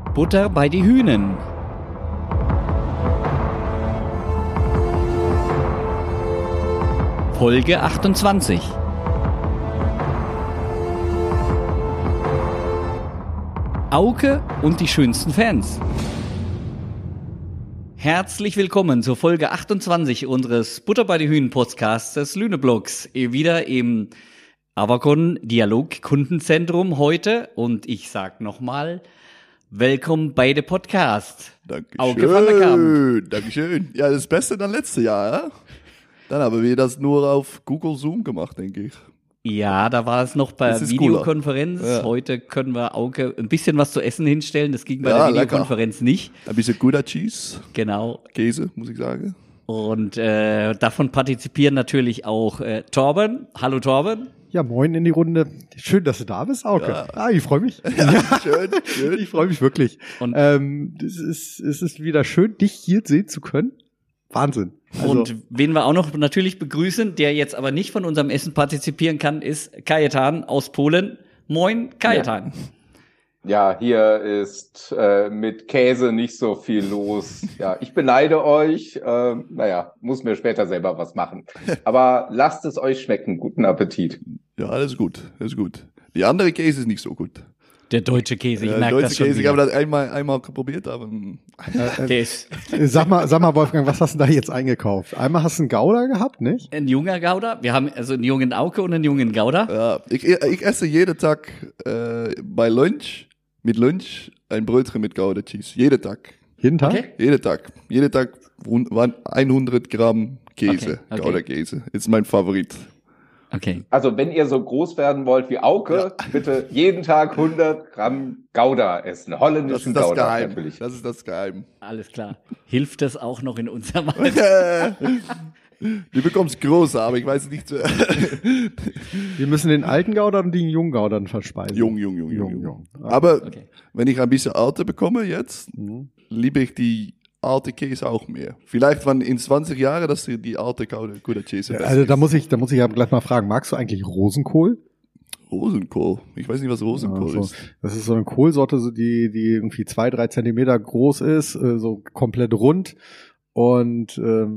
Butter bei die Hühnen. Folge 28. Auke und die schönsten Fans. Herzlich willkommen zur Folge 28 unseres Butter bei die Hühnen Podcasts des Lüneblogs. Wieder im Avacon Dialog Kundenzentrum heute und ich sag nochmal, willkommen bei der Podcast. Dankeschön. Auke van der Kamp. Dankeschön. Ja, das Beste dann letztes Jahr, ja? Dann haben wir das nur auf Google Zoom gemacht, denke ich. Ja, da war es noch per Videokonferenz. Ja. Heute können wir Auke ein bisschen was zu essen hinstellen. Das ging bei der Videokonferenz nicht. Ein bisschen Gouda Cheese. Genau. Käse, muss ich sagen. Und davon partizipieren natürlich auch Torben. Hallo Torben. Ja, moin in die Runde. Schön, dass du da bist, Auke. Ja. Ich freue mich. Ja, schön. Ich freue mich wirklich. Und es ist wieder schön, dich hier sehen zu können. Wahnsinn. Also. Und wen wir auch noch natürlich begrüßen, der jetzt aber nicht von unserem Essen partizipieren kann, ist Kajetan aus Polen. Moin, Kajetan. Ja, hier ist mit Käse nicht so viel los. Ja, ich beneide euch. Muss mir später selber was machen. Aber lasst es euch schmecken. Guten Appetit. Ja, alles gut. Die andere Käse ist nicht so gut. Der deutsche Käse, ich merke das schon Käse, wieder. Ich habe das einmal probiert, aber... Sag mal, Wolfgang, was hast du da jetzt eingekauft? Einmal hast du einen Gouda gehabt, nicht? Ein junger Gouda. Wir haben also einen jungen Auke und einen jungen Gouda. Ja, ich esse jeden Tag bei Lunch ein Brötchen mit Gouda Cheese. Jeden Tag. Jeden Tag? Okay. Jeden Tag 100 Gramm Käse, Okay. Gouda Käse. Ist mein Favorit. Okay. Also wenn ihr so groß werden wollt wie Auke, bitte jeden Tag 100 Gramm Gouda essen. Holländischen Das ist das Gouda Geheim. natürlich. Das ist das Geheim. Alles klar. Hilft das auch noch in unserem Alter? Du bekommst große, aber ich weiß nicht. Wir müssen den alten Gouda und den jungen Gouda verspeisen. Jung. Aber wenn ich ein bisschen älter bekomme jetzt, liebe ich die alte Käse auch mehr. Vielleicht wann in 20 Jahren, dass die alte Gouda Cheese besser Also da ist. muss ich aber gleich mal fragen, magst du eigentlich Rosenkohl? Rosenkohl? Ich weiß nicht, was Rosenkohl ist. Das ist so eine Kohlsorte, die irgendwie 2-3 Zentimeter groß ist, so komplett rund und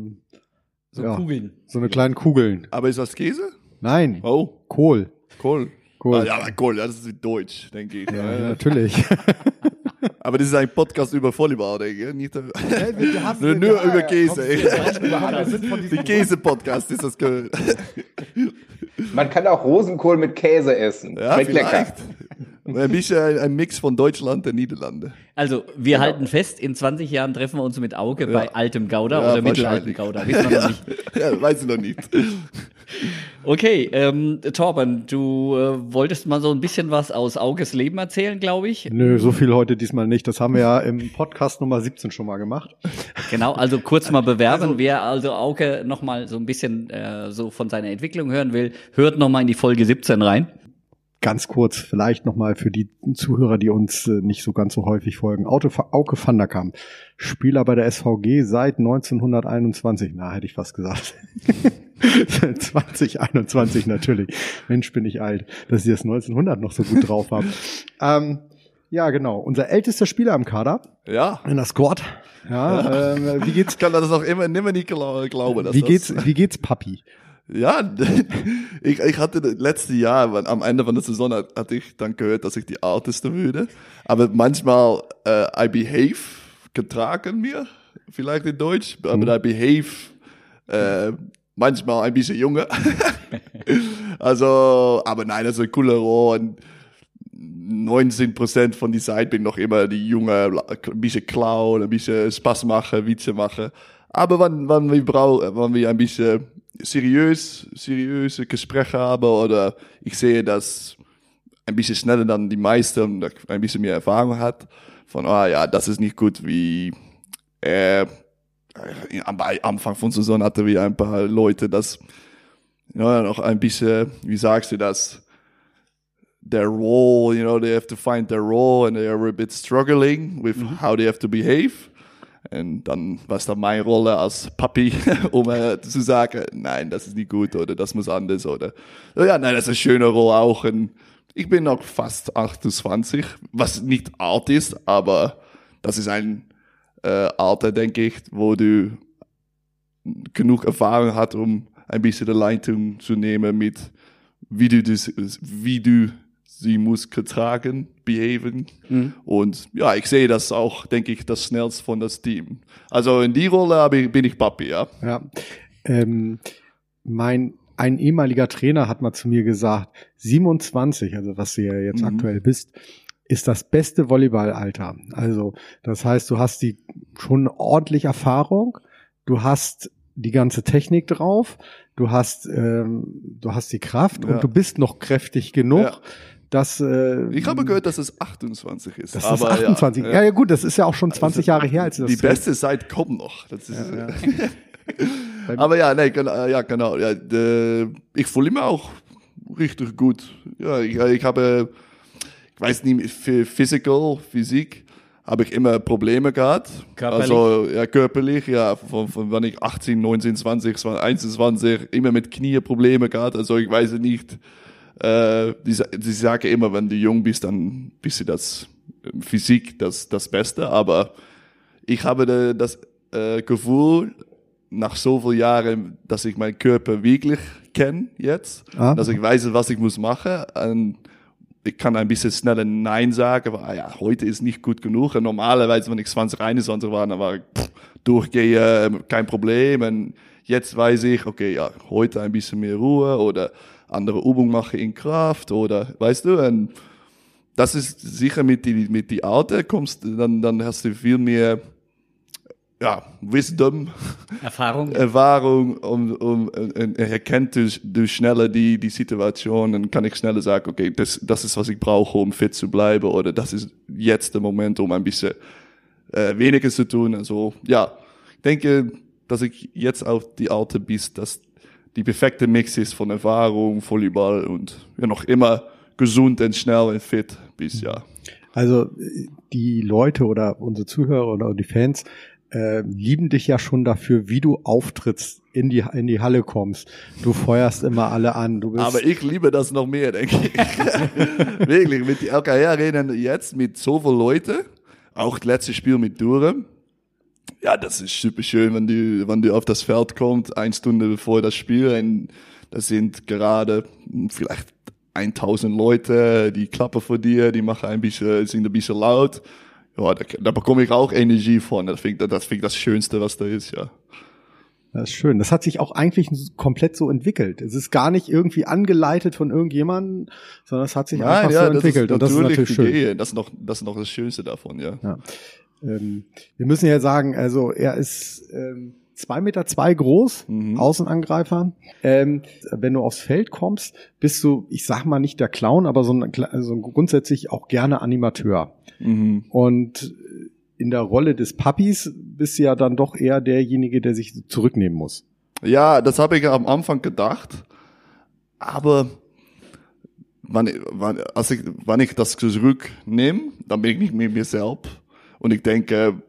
So Kugeln. so eine kleinen Kugeln. Aber ist das Käse? Nein, Oh, Kohl. Kohl. Kohl. Ja, Kohl, das ist Deutsch, denke ich. Ja, natürlich. Aber das ist ein Podcast über Volleyball, denke ich. Nicht nur nur über Käse. Die Die Käse-Podcast ist das. Man kann auch Rosenkohl mit Käse essen. Ja, Schmeckt lecker. Ein bisschen ein Mix von Deutschland und Niederlande. Also, wir halten fest, in 20 Jahren treffen wir uns mit Auke bei altem Gouda Ja, oder mittelaltem wahrscheinlich. Gouda. Wissen wir noch nicht. Ja, weiß ich noch nicht. Okay, Torben, du wolltest mal so ein bisschen was aus Aukes Leben erzählen, glaube ich. Nö, so viel heute diesmal nicht. Das haben wir ja im Podcast Nummer 17 schon mal gemacht. Genau, also kurz mal bewerben. Wer also Auke noch mal so ein bisschen so von seiner Entwicklung hören will, hört noch mal in die Folge 17 rein. Ganz kurz, vielleicht nochmal für die Zuhörer, die uns nicht so ganz so häufig folgen. Auke van der Kamp, Spieler bei der SVG seit 1921. Na, hätte ich fast gesagt. 2021 natürlich. Mensch, bin ich alt, dass ich das 1900 noch so gut drauf habe. Ja, genau. Unser ältester Spieler im Kader. Ja. In der Squad. Ja, wie geht's? Ich kann das auch immer nicht glauben. Dass Wie geht's, Papi? Ja, ich hatte das letzte Jahr, am Ende von der Saison hatte ich dann gehört, dass ich die Älteste würde. Aber manchmal, I behave, getragen mir, vielleicht in Deutsch, aber I behave, manchmal ein bisschen jünger. Also, aber nein, das ist ein cooler Rohr und 19% von die Zeit bin ich noch immer die Junge, ein bisschen klauen, ein bisschen Spaß machen, Witze machen. Aber wenn wir ein bisschen seriöse Gespräche haben oder ich sehe, dass ein bisschen schneller dann die meisten ein bisschen mehr Erfahrung hat, von, das ist nicht gut, wie am Anfang von der Saison hatten wir ein paar Leute, das noch ein bisschen, wie sagst du das, their role, they have to find their role and they are a bit struggling with how they have to behave. Und dann war es dann meine Rolle als Papi, um zu sagen, nein, das ist nicht gut oder das muss anders oder, ja, nein, das ist eine schöne Rolle auch. Und ich bin noch fast 28, was nicht alt ist, aber das ist ein Alter, denke ich, wo du genug Erfahrung hast, um ein bisschen die Leitung zu nehmen mit, wie du sie muss getragen, behaven. Und ja, ich sehe das auch, denke ich, das schnellste von das Team. Also in die Rolle bin ich Papi, ja. Ja. Ein ehemaliger Trainer hat mal zu mir gesagt, 27, also was du ja jetzt aktuell bist, ist das beste Volleyballalter. Also das heißt, du hast schon ordentlich Erfahrung, du hast die ganze Technik drauf, du hast die Kraft und du bist noch kräftig genug. Dass, ich habe gehört, dass es 28 ist. Das ist 28. Ja, gut, das ist ja auch schon 20 Jahre her, als das. Die beste Zeit kommt noch. Das ist, aber ja, nee, genau. Ja, ich fühle mich auch richtig gut. Ja, ich weiß nicht, für Physik habe ich immer Probleme gehabt. Körperlich? Also, ja, körperlich, ja, von wenn ich 18, 19, 20, 21, immer mit Knie Probleme gehabt. Also, ich weiß nicht, die sagen immer, wenn du jung bist, dann bist du Physik das Beste. Aber ich habe das Gefühl, nach so vielen Jahren, dass ich meinen Körper wirklich kenne jetzt, dass ich weiß, was ich muss machen. Und ich kann ein bisschen schneller Nein sagen, aber ja, heute ist nicht gut genug. Und normalerweise, wenn ich 20, 21 war, dann war ich durchgehe, kein Problem. Und jetzt weiß ich, okay, ja, heute ein bisschen mehr Ruhe oder andere Übungen mache in Kraft oder, weißt du, und das ist sicher mit die Alter kommst, dann hast du viel mehr, ja, Wisdom, Erfahrung und erkennt du schneller die Situation und kann ich schneller sagen, okay, das ist, was ich brauche, um fit zu bleiben oder das ist jetzt der Moment, um ein bisschen weniger zu tun. Also, ja, ich denke, dass ich jetzt auf die Alter bis, dass die perfekte Mix ist von Erfahrung, Volleyball und ja, noch immer gesund und schnell und fit bis, ja. Also, die Leute oder unsere Zuhörer oder die Fans, lieben dich ja schon dafür, wie du auftrittst, in die Halle kommst. Du feuerst immer alle an. Du bist aber ich liebe das noch mehr, denke ich. Wirklich, mit die LKR reden jetzt mit so vielen Leuten, auch das letzte Spiel mit Durham. Ja, das ist super schön, wenn du auf das Feld kommst, 1 Stunde bevor das Spiel, und das sind gerade vielleicht 1000 Leute, die klappen vor dir, die sind ein bisschen laut. Ja, da bekomme ich auch Energie von. Das finde ich das Schönste, was da ist, ja. Das ist schön. Das hat sich auch eigentlich komplett so entwickelt. Es ist gar nicht irgendwie angeleitet von irgendjemandem, sondern es hat sich einfach so entwickelt. Und das ist natürlich schön. Das ist noch das Schönste davon, ja. Wir müssen ja sagen, also er ist 2,2 Meter groß, Außenangreifer. Wenn du aufs Feld kommst, bist du, ich sag mal nicht der Clown, aber so grundsätzlich auch gerne Animateur. Und in der Rolle des Papis bist du ja dann doch eher derjenige, der sich zurücknehmen muss. Ja, das habe ich am Anfang gedacht. Aber wenn ich das zurücknehme, dann bin ich nicht mit mir selbst. Und ich denke,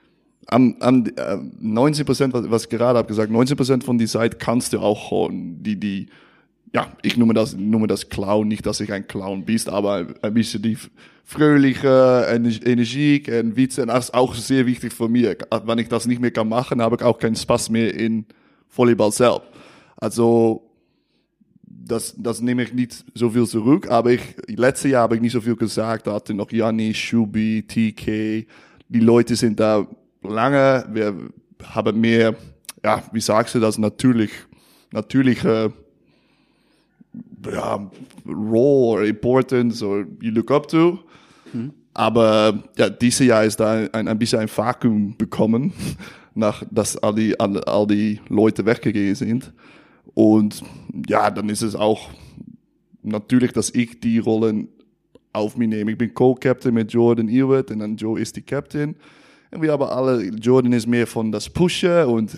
90%, was ich gerade habe gesagt, 90% von die Zeit kannst du auch holen. Ja, ich nehme das Clown, nicht, dass ich ein Clown bist, aber ein bisschen die fröhliche Energie und Witze, und das ist auch sehr wichtig für mich. Wenn ich das nicht mehr kann machen, habe ich auch keinen Spaß mehr in Volleyball selbst. Also, das nehme ich nicht so viel zurück, aber letztes Jahr habe ich nicht so viel gesagt, da hatte noch Janni, Shubi, TK, die Leute sind da lange, wir haben mehr, ja, wie sagst du das, natürliche role or importance or you look up to. Aber ja, dieses Jahr ist da ein bisschen ein Vakuum bekommen, nach dass all die Leute weggegangen sind. Und ja, dann ist es auch natürlich, dass ich die Rollen auf mich nehme. Ich bin Co-Captain mit Jordan Ewert und dann Joe ist die Captain. Und wir haben alle, Jordan ist mehr von das Pushen und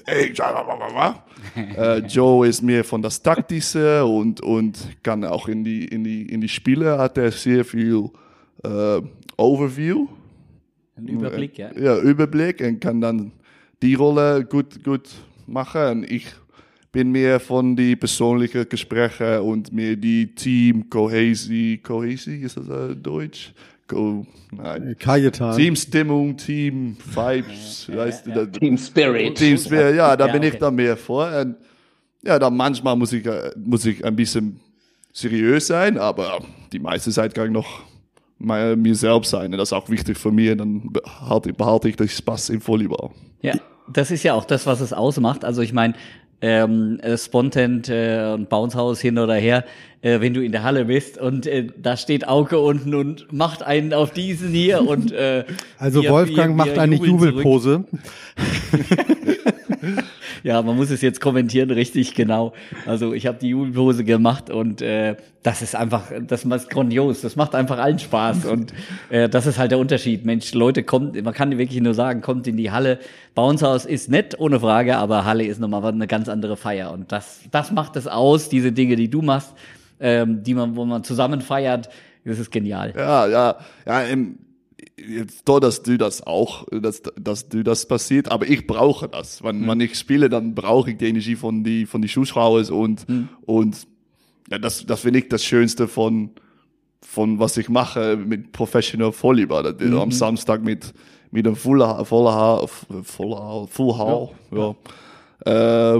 Joe ist mehr von das Taktische und kann auch in die Spiele hat er sehr viel Overview. Ein Überblick, ja. Ja, Überblick und kann dann die Rolle gut machen. Und ich bin mehr von die persönlichen Gespräche und mehr die Team Kohäsie, ist das Deutsch? Kajetan. Teamstimmung, Team Vibes, weißt du, Team Spirit. Team Spirit, ja, da bin okay. ich da mehr vor. Und ja, dann manchmal muss ich ein bisschen seriös sein, aber die meiste Zeit kann ich noch mir selbst sein. Und das ist auch wichtig für mich, dann behalte ich den Spaß im Volleyball. Ja, das ist ja auch das, was es ausmacht. Also ich meine, Spontent und Bouncehaus hin oder her, wenn du in der Halle bist und da steht Auke unten und macht einen auf diesen hier und also Wolfgang macht eine Jubelpose. Ja, man muss es jetzt kommentieren, richtig, genau. Also ich habe die Jubelpose gemacht und das ist einfach, das ist grandios, das macht einfach allen Spaß und das ist halt der Unterschied. Mensch, Leute, kommt, man kann wirklich nur sagen, kommt in die Halle. Bouncehaus ist nett, ohne Frage, aber Halle ist nochmal eine ganz andere Feier und das macht es aus, diese Dinge, die du machst, wo man zusammen feiert, das ist genial. Ja, jetzt toll, dass du das auch, dass du das passiert, aber ich brauche das. Wenn ich spiele, dann brauche ich die Energie von die Zuschauer und ja, das finde ich das Schönste von was ich mache mit Professional Volleyball. Am Samstag mit einem Full Hall, ja.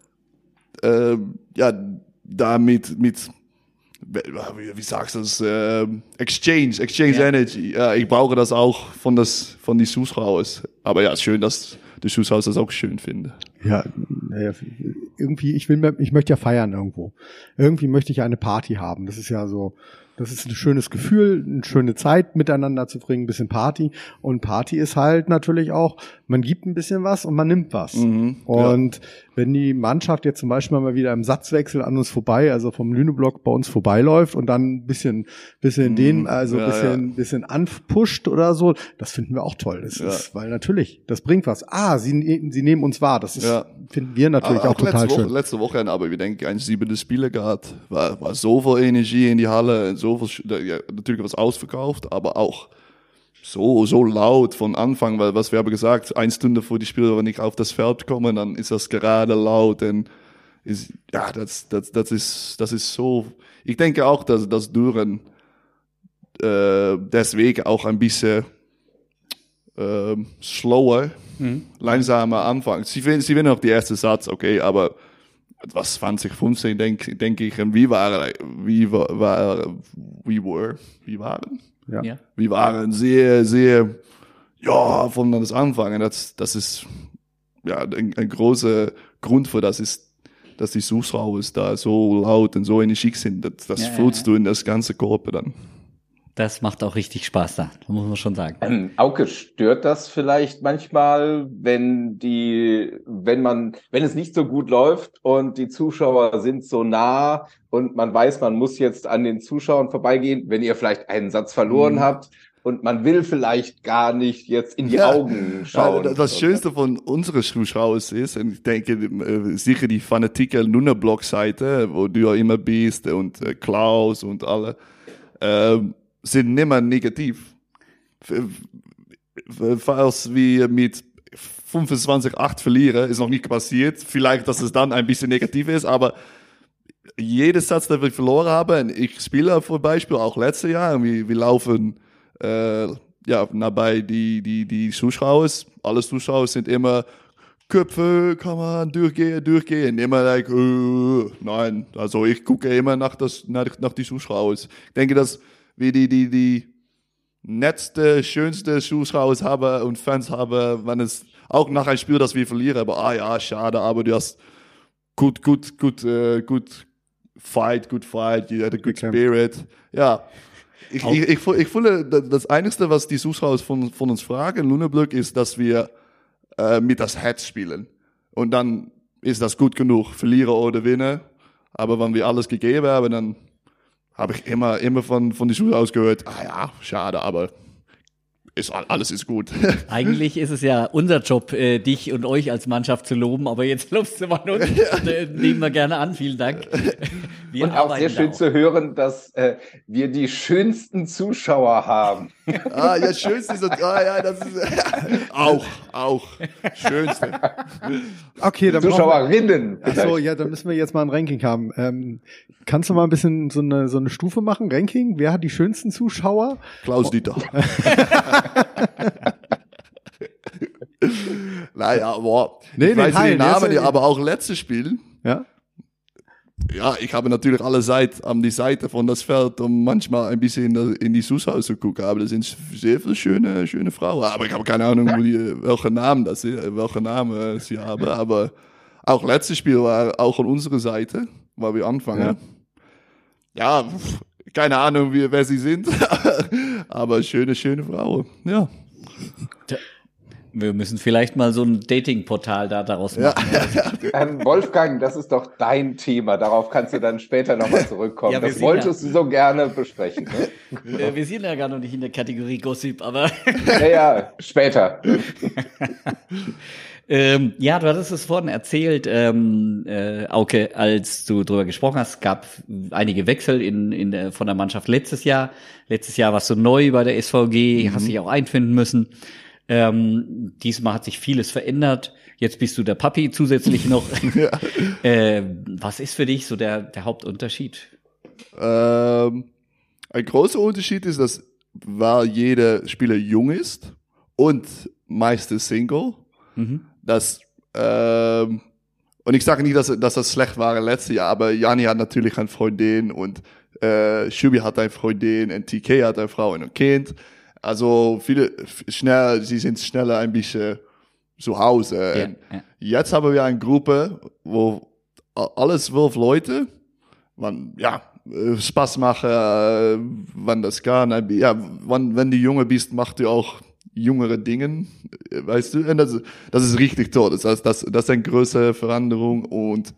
Ja, da mit wie sagst du das? Exchange Energy. Ja, ich brauche das auch von die Zuschauer. Aber ja, ist schön, dass die Zuschauer das auch schön finden. Ja, irgendwie, ich möchte ja feiern irgendwo. Irgendwie möchte ich eine Party haben. Das ist ja so, das ist ein schönes Gefühl, eine schöne Zeit miteinander zu bringen, ein bisschen Party. Und Party ist halt natürlich auch, man gibt ein bisschen was und man nimmt was. Und wenn die Mannschaft jetzt zum Beispiel mal wieder im Satzwechsel an uns vorbei, also vom Lüneblock bei uns vorbeiläuft und dann ein bisschen bisschen anpusht oder so, das finden wir auch toll. Das ist, weil natürlich, das bringt was. Sie nehmen uns wahr. Das ist, finden wir natürlich auch total schön. Letzte Woche, aber wir denken, ein 7. Spiele gehabt, war so viel Energie in die Halle, so viel, ja, natürlich was ausverkauft, aber auch so laut von Anfang, weil was wir haben gesagt, 1 Stunde vor die Spieler, wenn ich auf das Feld komme, dann ist das gerade laut und ist, ja, das ist so, ich denke auch, dass das Düren deswegen auch ein bisschen slower, langsamer anfangen. Sie winnen auch die erste Satz, okay, aber was 2015 denke ich, wir waren sehr, sehr, ja, von das Anfangen. Das ist ja ein großer Grund für das ist, dass die Zuschauer da so laut und so energisch sind. Das fühlst du in das ganze Körper dann. Das macht auch richtig Spaß da, muss man schon sagen. Auke, stört das vielleicht manchmal, wenn es nicht so gut läuft und die Zuschauer sind so nah und man weiß, man muss jetzt an den Zuschauern vorbeigehen, wenn ihr vielleicht einen Satz verloren habt und man will vielleicht gar nicht jetzt in die Augen schauen. Ja, das Schönste von unseren Zuschauern ist, und ich denke, sicher die Fanatiker Luna-Blog-Seite, wo du ja immer bist und Klaus und alle, sind nimmer negativ. Falls wir mit 25-8 verlieren, ist noch nicht passiert. Vielleicht, dass es dann ein bisschen negativ ist, aber jeder Satz, den wir verloren haben, ich spiele zum Beispiel auch letztes Jahr, wir laufen dabei die Zuschauer, alle Zuschauer sind immer Köpfe, kann man durchgehen, immer like, nein, also ich gucke immer nach die Zuschauer. Ich denke, dass wir die netteste, schönste Zuschauer haben und Fans haben, wenn es auch nach einem Spiel, das wir verlieren, aber ja, schade, aber du hast gut fight, you had a good spirit. Ja, ich fühle, das Einzige, was die Zuschauer von uns fragen, Lüneburg, ist, dass wir mit das Herz spielen. Und dann ist das gut genug, verlieren oder gewinnen. Aber wenn wir alles gegeben haben, dann habe ich immer von den Zuschauern gehört, ja, schade, aber alles ist gut. Eigentlich ist es ja unser Job, dich und euch als Mannschaft zu loben, aber jetzt lobst du mal uns. Nehmen wir gerne an, vielen Dank. Und auch sehr schön zu hören, dass wir die schönsten Zuschauer haben. Ja, schönste ist, das ist auch schönste. Okay, dann Zuschauerinnen. Achso, ja, dann müssen wir jetzt mal ein Ranking haben. Kannst du mal ein bisschen so eine Stufe machen? Ranking? Wer hat die schönsten Zuschauer? Klaus Dieter. Naja, aber ich weiß die Namen, die aber auch letztes Spiel. Ja. Ja, ich habe natürlich alle an die Seite von das Feld, um manchmal ein bisschen in die Zuschauer zu gucken. Aber das sind sehr viele schöne Frauen. Aber ich habe keine Ahnung, welche Namen sie haben. Aber auch letztes Spiel war auch an unserer Seite, weil wir anfangen. Ja, keine Ahnung, wer sie sind. Aber schöne Frauen. Ja. Wir müssen vielleicht mal so ein Dating-Portal daraus machen. Ja. Wolfgang, das ist doch dein Thema. Darauf kannst du dann später nochmal zurückkommen. Ja, das wolltest du so gerne besprechen. Ne? Wir sind ja gar noch nicht in der Kategorie Gossip, aber... Ja, später. Ja, du hattest es vorhin erzählt, Auke, als du drüber gesprochen hast, gab einige Wechsel von der Mannschaft letztes Jahr. Letztes Jahr warst du neu bei der SVG, hast dich auch einfinden müssen. Diesmal hat sich vieles verändert. Jetzt bist du der Papi zusätzlich noch. Was ist für dich so der Hauptunterschied? Ein großer Unterschied ist, weil jeder Spieler jung ist und meistens Single. Mhm. Und ich sage nicht, dass das schlecht war letztes Jahr, aber Jani hat natürlich eine Freundin und Shubi hat eine Freundin und TK hat eine Frau und ein Kind. Also sie sind schneller ein bisschen zu Hause. Ja. Jetzt haben wir eine Gruppe, wo alle 12 Leute, Spaß machen, wann das kann. Wenn du junge bist, macht du auch jüngere Dinge, weißt du? Und das ist richtig toll. Das heißt, das ist eine größere Veränderung und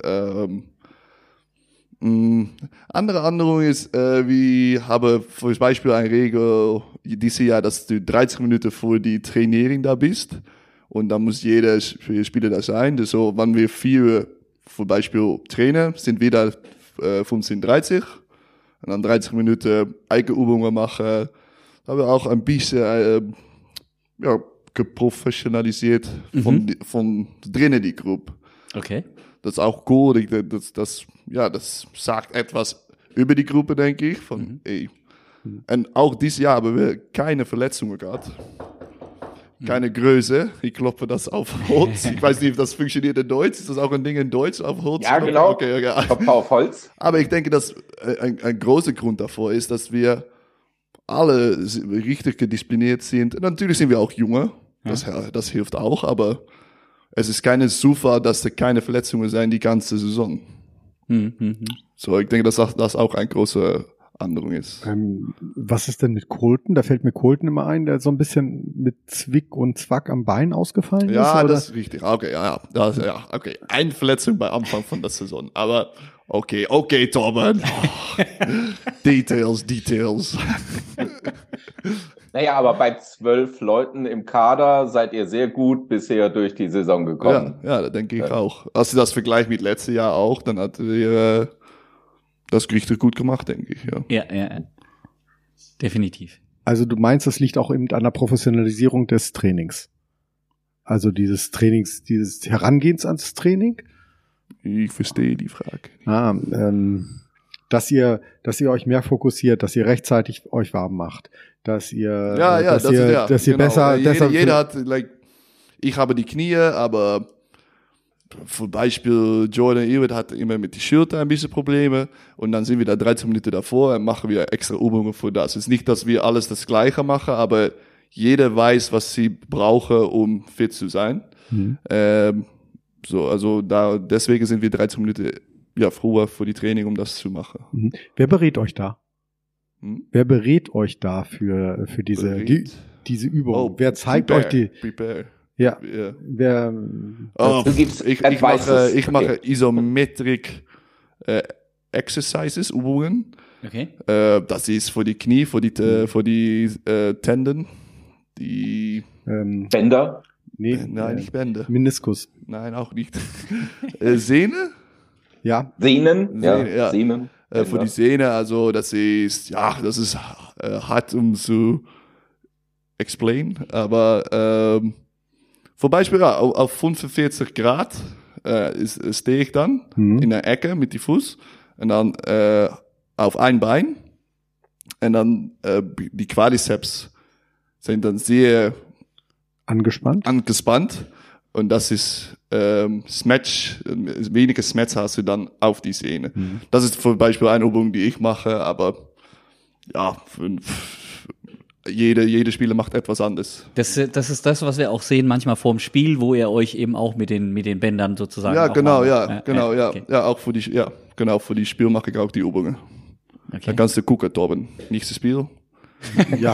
andere Änderung ist, wir haben zum Beispiel eine Regel dieses Jahr, dass du 30 Minuten vor die Trainierung da bist und dann muss jeder Spieler da sein. Das so, wenn wir 4 zum Beispiel trainen, sind wir da 15:30 und dann 30 Minuten Eigenübungen machen. Da haben wir auch ein bisschen geprofessionalisiert von drinnen die Gruppe. Okay. Das ist auch cool. Das sagt etwas über die Gruppe, denke ich. Und auch dieses Jahr haben wir keine Verletzungen gehabt. Keine Größe. Ich klopfe das auf Holz. Ich weiß nicht, ob das funktioniert in Deutsch. Ist das auch ein Ding in Deutsch auf Holz? Ja, genau. Okay. Klopfe auf Holz. Aber ich denke, dass ein großer Grund davor ist, dass wir alle richtig gediszipliniert sind. Und natürlich sind wir auch junge. Das hilft auch, aber es ist keine Zufall, dass da keine Verletzungen sein die ganze Saison. So, ich denke, dass das auch eine große Änderung ist. Was ist denn mit Colton? Da fällt mir Colton immer ein, der so ein bisschen mit Zwick und Zwack am Bein ausgefallen ist. Ja, oder? Das ist richtig. Okay, okay. Eine Verletzung bei Anfang von der Saison. Aber okay, Torben. Details. Naja, aber bei 12 Leuten im Kader seid ihr sehr gut bisher durch die Saison gekommen. Ja, da denke ich auch. Also das Vergleich mit letztes Jahr auch, dann hatten wir das richtig gut gemacht, denke ich. Ja. Definitiv. Also du meinst, das liegt auch eben an der Professionalisierung des Trainings? Also dieses Herangehens ans Training? Ich verstehe die Frage. Dass ihr euch mehr fokussiert, dass ihr rechtzeitig euch warm macht, dass ihr, dass ihr besser, jeder hat, ich habe die Knie, aber zum Beispiel Jordan Ewert hat immer mit die Schulter ein bisschen Probleme und dann sind wir da 13 Minuten davor und machen wir extra Übungen für das. Es ist nicht, dass wir alles das Gleiche machen, aber jeder weiß, was sie brauchen, um fit zu sein. Deswegen sind wir 13 Minuten früher für die Training, um das zu machen. Wer berät euch da? Wer berät euch da für diese Übung? Oh, wer zeigt euch die? Prepare. Ja. Wer? Ich mache Isometric Exercises, Übungen. Okay. Das ist für die Knie, für die Tenden, die Bänder. Nein, nicht Bänder. Meniskus. Nein, auch nicht. Sehne? Ja. Sehnen. Sehnen. für die Szene. Also das ist hart zu explain, aber zum Beispiel auf 45 Grad stehe ich dann in der Ecke mit dem Fuß und dann auf ein Bein und dann die Quadriceps sind dann sehr angespannt und das ist Smash, wenige Smash hast du dann auf die Sehne. Das ist zum Beispiel eine Übung, die ich mache, aber ja, jede Spieler macht etwas anderes. Das ist das, was wir auch sehen manchmal vorm Spiel, wo ihr euch eben auch mit den Bändern sozusagen. Ja, genau, okay. Ja, auch für die Spiel mache ich auch die Übungen. Okay. Da kannst du gucken, Torben. Nächstes Spiel. Ja.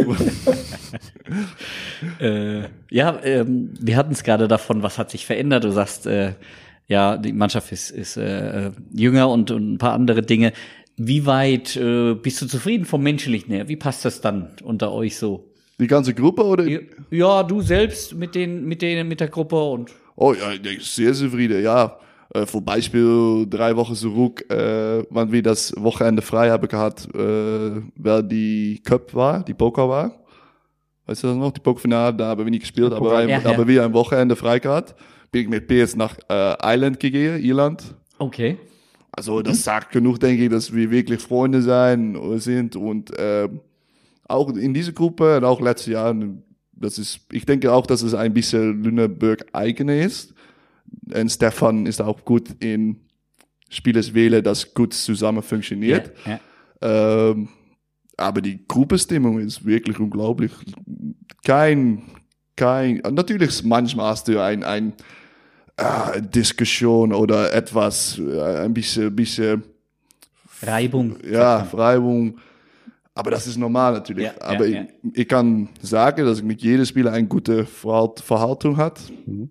Wir hatten es gerade davon, was hat sich verändert. Du sagst, die Mannschaft ist jünger und ein paar andere Dinge. Wie weit bist du zufrieden vom Menschlichen her? Wie passt das dann unter euch so? Die ganze Gruppe oder? Ja, du selbst mit der Gruppe und. Oh ja, ich bin sehr zufrieden, ja. Zum Beispiel 3 Wochen zurück, wann wir das Wochenende frei haben gehabt, weil die Cup war, die Pokal war. Weißt du das noch? Die Pokalfinale, da haben wir nicht gespielt, aber wir ein Wochenende frei gehabt. Bin ich mit PS nach Irland gegangen, Irland. Okay. Also das sagt genug, denke ich, dass wir wirklich Freunde sind und auch in dieser Gruppe und auch letztes Jahr, ich denke auch, dass es ein bisschen Lüneburg eigen ist. Und Stefan ist auch gut in Spielerswähle, das gut zusammen funktioniert. Ja. Aber die Gruppenstimmung ist wirklich unglaublich. Natürlich manchmal hast du ein Diskussion oder etwas, ein bisschen Reibung. Ja, Reibung. Aber das ist normal natürlich. Ja, aber ich kann sagen, dass mit jedem Spieler eine gute Verhaltung hat.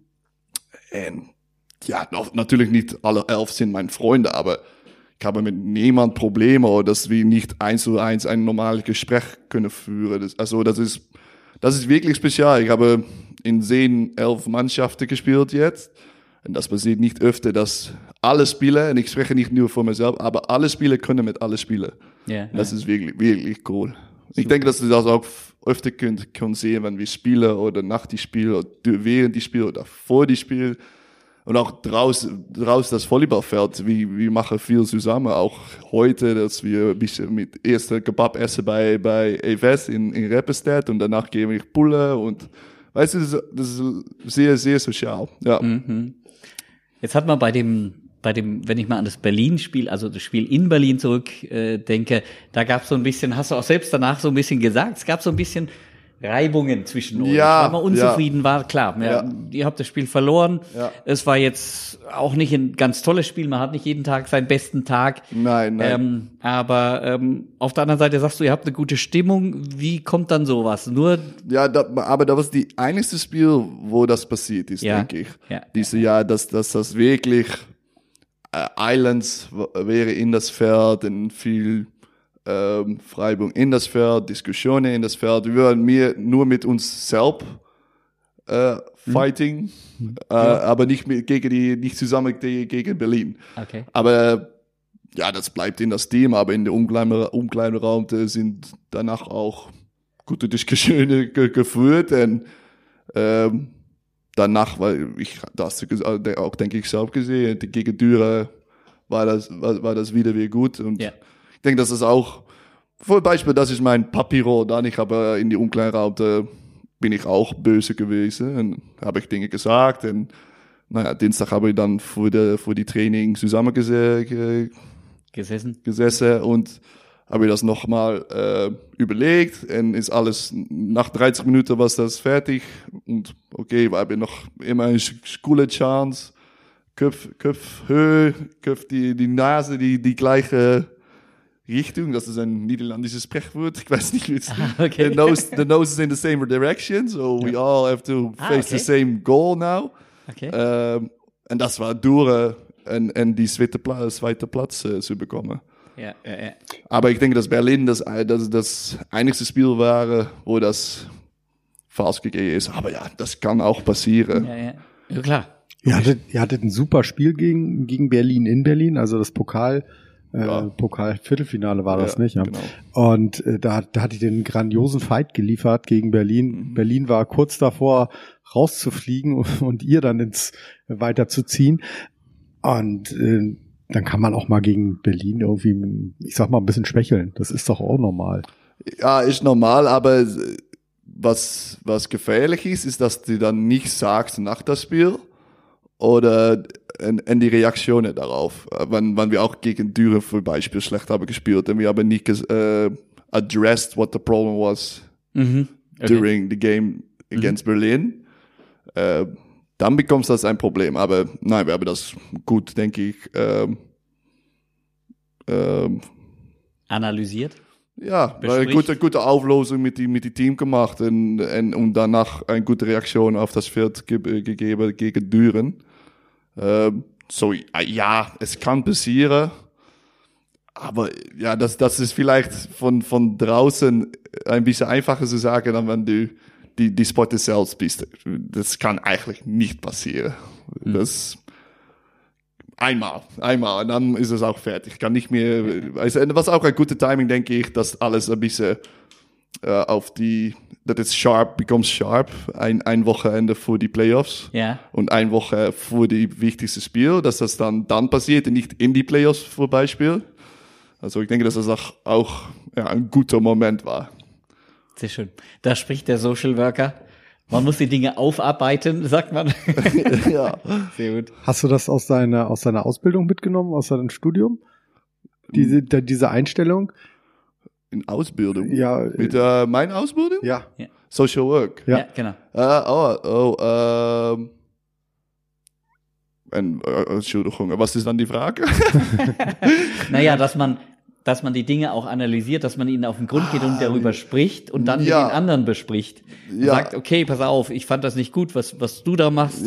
Und ja, natürlich nicht alle 11 sind meine Freunde, aber ich habe mit niemand Probleme oder dass wir nicht 1:1 ein normales Gespräch können führen. Das ist wirklich speziell. Ich habe in 11 Mannschaften gespielt jetzt. Und das passiert nicht öfter, dass alle Spieler, und ich spreche nicht nur von mir selbst, aber alle Spieler können mit allen spielen. Yeah, das ist wirklich, wirklich cool. Super. Ich denke, dass du das auch öfter können sehen, wenn wir spielen oder nach dem Spiel oder während die Spiel oder vor die Spiel. Und auch draußen das Volleyballfeld. Wir machen viel zusammen. Auch heute, dass wir ein bisschen mit erster Kebab essen bei EVS in Reppenstedt und danach gehen wir pullen und weißt du, das ist sehr, sehr sozial. Ja. Mhm. Jetzt hat man bei dem, wenn ich mal an das Berlin-Spiel, also das Spiel in Berlin denke, da gab es so ein bisschen, hast du auch selbst danach so ein bisschen gesagt, es gab so ein bisschen Reibungen zwischen euch, weil man unzufrieden war, klar. Ihr habt das Spiel verloren. Ja. Es war jetzt auch nicht ein ganz tolles Spiel. Man hat nicht jeden Tag seinen besten Tag. Nein. Aber auf der anderen Seite sagst du, ihr habt eine gute Stimmung. Wie kommt dann sowas? Aber da war die einzige Spiel, wo das passiert ist, denke ich. Ja. Dieses Jahr, dass das wirklich Islands wäre in das Feld und viel Freiburg in das Feld, Diskussionen in das Feld. Wir waren nur mit uns selbst fighting, aber nicht zusammen gegen Berlin. Okay. Aber ja, das bleibt in das Team, aber in der Umkleideraum sind danach auch gute Diskussionen geführt und danach, weil das auch, denke ich, selbst gesehen, gegen Dürer war das wieder gut und ich denke, das ist auch, zum Beispiel, das ist mein Papiro, dann ich habe in die Umkleideraum, bin ich auch böse gewesen und habe ich Dinge gesagt und Dienstag habe ich dann für die Training zusammen gesessen und habe ich das nochmal überlegt und ist alles, nach 30 Minuten war das fertig und okay, wir haben noch immer eine coole Chance, Kopfhöhe, die Nase, die gleiche Richtung, das ist ein niederländisches Sprichwort, ich weiß nicht, wie es okay. The nose is in the same direction, so we all have to face the same goal now. Okay. Und das war durch, und die zweite Platz zu bekommen. Ja. Aber ich denke, dass Berlin das einzige Spiel war, wo das falsch gegangen ist. Aber ja, das kann auch passieren. Ja klar. Ihr hattet ein super Spiel gegen Berlin in Berlin, also das Pokal Pokal-Viertelfinale war das, Ja, nicht? Ja. genau. Und da hatte ich den grandiosen Fight geliefert gegen Berlin. Berlin war kurz davor, rauszufliegen und ihr dann weiterzuziehen. Und dann kann man auch mal gegen Berlin irgendwie, ich sag mal, ein bisschen schwächeln. Das ist doch auch normal. Ja, ist normal, aber was gefährlich ist, dass du dann nicht sagst nach das Spiel oder in die Reaktionen darauf. Wenn wir auch gegen Düren zum Beispiel schlecht haben gespielt und wir haben nicht addressed what the problem was during the game against Berlin, dann bekommst du das ein Problem. Aber nein, wir haben das gut, denke ich, Analysiert? ja, eine gute Auflösung mit die Team gemacht und danach eine gute Reaktion auf das Feld gegeben gegen Düren. So, ja, es kann passieren, aber ja, das ist vielleicht von draußen ein bisschen einfacher zu sagen, dann wenn du die Spotter selbst bist. Das kann eigentlich nicht passieren. Das einmal und dann ist es auch fertig. Kann nicht mehr, also, was auch ein gutes Timing, denke ich, dass alles ein bisschen that it's sharp becomes sharp, ein Wochenende vor die Playoffs und eine Woche vor die wichtigste Spiel, dass das dann passiert und nicht in die Playoffs vorbeispielt. Also ich denke, dass das auch ein guter Moment war. Sehr schön. Da spricht der Social Worker. Man muss die Dinge aufarbeiten, sagt man. Ja. Sehr gut. Hast du das aus deiner Ausbildung mitgenommen, aus deinem Studium? Diese Einstellung? In Ausbildung? Ja. Mit meiner Ausbildung? Ja. Social Work? Ja, genau. Entschuldigung, was ist dann die Frage? Naja, dass man die Dinge auch analysiert, dass man ihnen auf den Grund geht und darüber spricht und dann mit den anderen bespricht. Sagt, okay, pass auf, ich fand das nicht gut, was du da machst.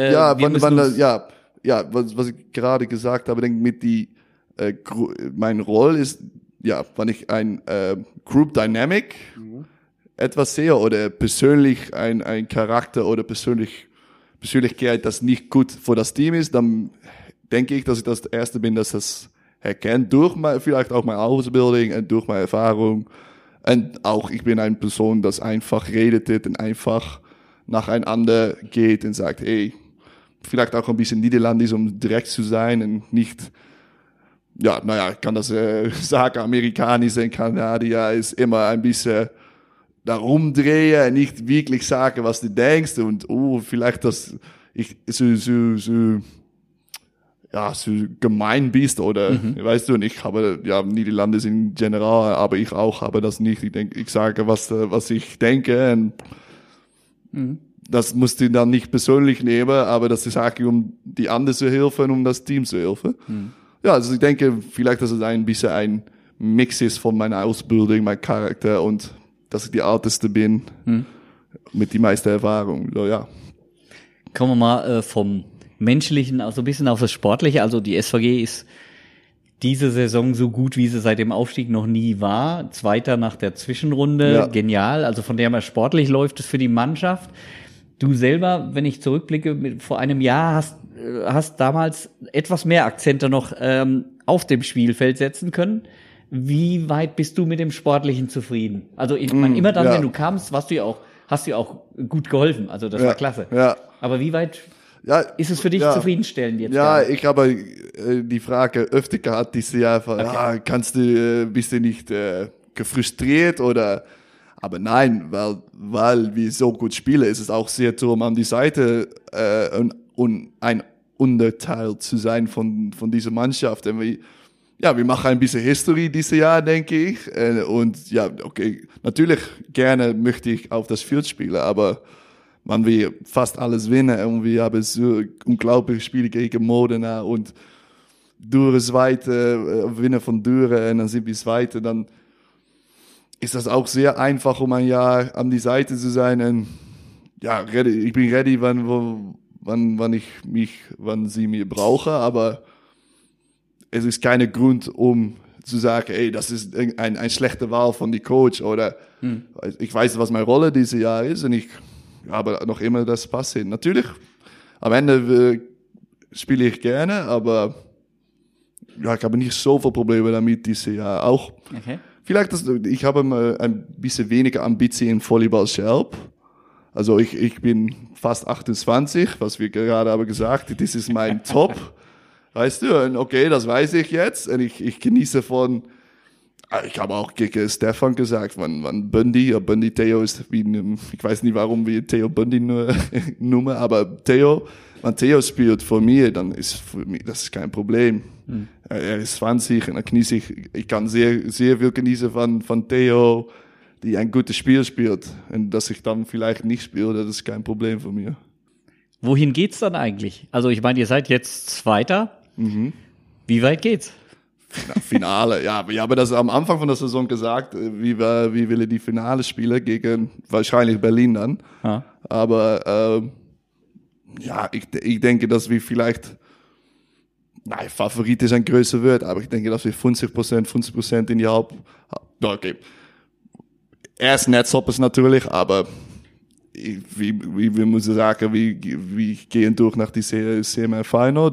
Was ich gerade gesagt habe, denke mit meine Rolle ist, wenn ich ein Group Dynamic etwas sehe oder persönlich ein Charakter oder Persönlichkeit, das nicht gut für das Team ist, dann denke ich, dass ich das Erste bin, dass das erkennt durch vielleicht auch meine Ausbildung und durch meine Erfahrung. Und auch ich bin eine Person, das einfach redet und einfach nacheinander geht und sagt, hey, vielleicht auch ein bisschen niederländisch, um direkt zu sein und nicht, ich kann das sagen, amerikanisch und Kanadier ist immer ein bisschen da rumdrehen, nicht wirklich sagen, was du denkst und vielleicht, dass ich so gemein bist oder, weißt du, und ich habe, Niederlande in general, aber ich auch habe das nicht. Ich sage, was ich denke und das musst du dann nicht persönlich nehmen, aber das sage ich, um die anderen zu helfen, um das Team zu helfen. Ja, also ich denke, vielleicht, dass es ein bisschen ein Mix ist von meiner Ausbildung, mein Charakter und dass ich die Älteste bin mit die meiste Erfahrung. So, ja. Kommen wir mal vom Menschlichen, also ein bisschen auf das Sportliche. Also die SVG ist diese Saison so gut, wie sie seit dem Aufstieg noch nie war. Zweiter nach der Zwischenrunde, genial. Also von der mal sportlich läuft es für die Mannschaft. Du selber, wenn ich zurückblicke, vor einem Jahr hast damals etwas mehr Akzente noch auf dem Spielfeld setzen können. Wie weit bist du mit dem Sportlichen zufrieden? Also ich meine, immer dann, wenn du kamst, hast du auch gut geholfen. Also das war klasse. Ja. Aber wie weit ist es für dich zufriedenstellend jetzt? Ja, ich habe die Frage öfter gehabt dieses Jahr, bist du nicht gefrustriert oder, aber nein, weil wir so gut spielen, ist es auch sehr toll, an die Seite und ein Unterteil zu sein von dieser Mannschaft. Wir machen ein bisschen History dieses Jahr, denke ich. Und natürlich gerne möchte ich auf das Feld spielen, aber man will fast alles winnen und wir haben so unglaubliche Spiele gegen Modena und Düren Zweite, Winnen von Düren und dann sind wir Zweite, dann ist das auch sehr einfach, um ein Jahr an die Seite zu sein und ich bin ready, wann sie mich brauchen, aber es ist kein Grund, um zu sagen, ey, das ist ein schlechte Wahl von die Coach oder ich weiß, was meine Rolle dieses Jahr ist und ich habe noch immer das Pass hin. Natürlich, am Ende spiele ich gerne, aber ich habe nicht so viele Probleme damit dieses Jahr. Auch vielleicht, ich habe mal ein bisschen weniger Ambition im Volleyball selbst. Also ich bin fast 28, was wir gerade aber gesagt, das ist mein Top. Weißt du, und okay, das weiß ich jetzt. Und ich genieße von, ich habe auch gegen Stefan gesagt, wann Bundy Theo ist, ich weiß nicht, warum wir Theo Bundy nur Nummer, aber wenn Theo spielt von mir, dann ist für mich, das ist kein Problem. Er ist 20 und dann genieße ich kann sehr, sehr viel genießen von Theo, die ein gutes Spiel spielt. Und dass ich dann vielleicht nicht spiele, das ist kein Problem für mich. Wohin geht's dann eigentlich? Also ich meine, ihr seid jetzt Zweiter. Wie weit geht's? Finale, ja. Wir haben das am Anfang von der Saison gesagt, wie will die Finale spielen gegen wahrscheinlich Berlin dann. Aber ich denke, dass wir vielleicht, Favorit ist ein größer Wort, aber ich denke, dass wir 50% in die okay. Erst Netzhoppers natürlich, aber wie muss ich sagen, wir gehen durch nach die Semi-Final,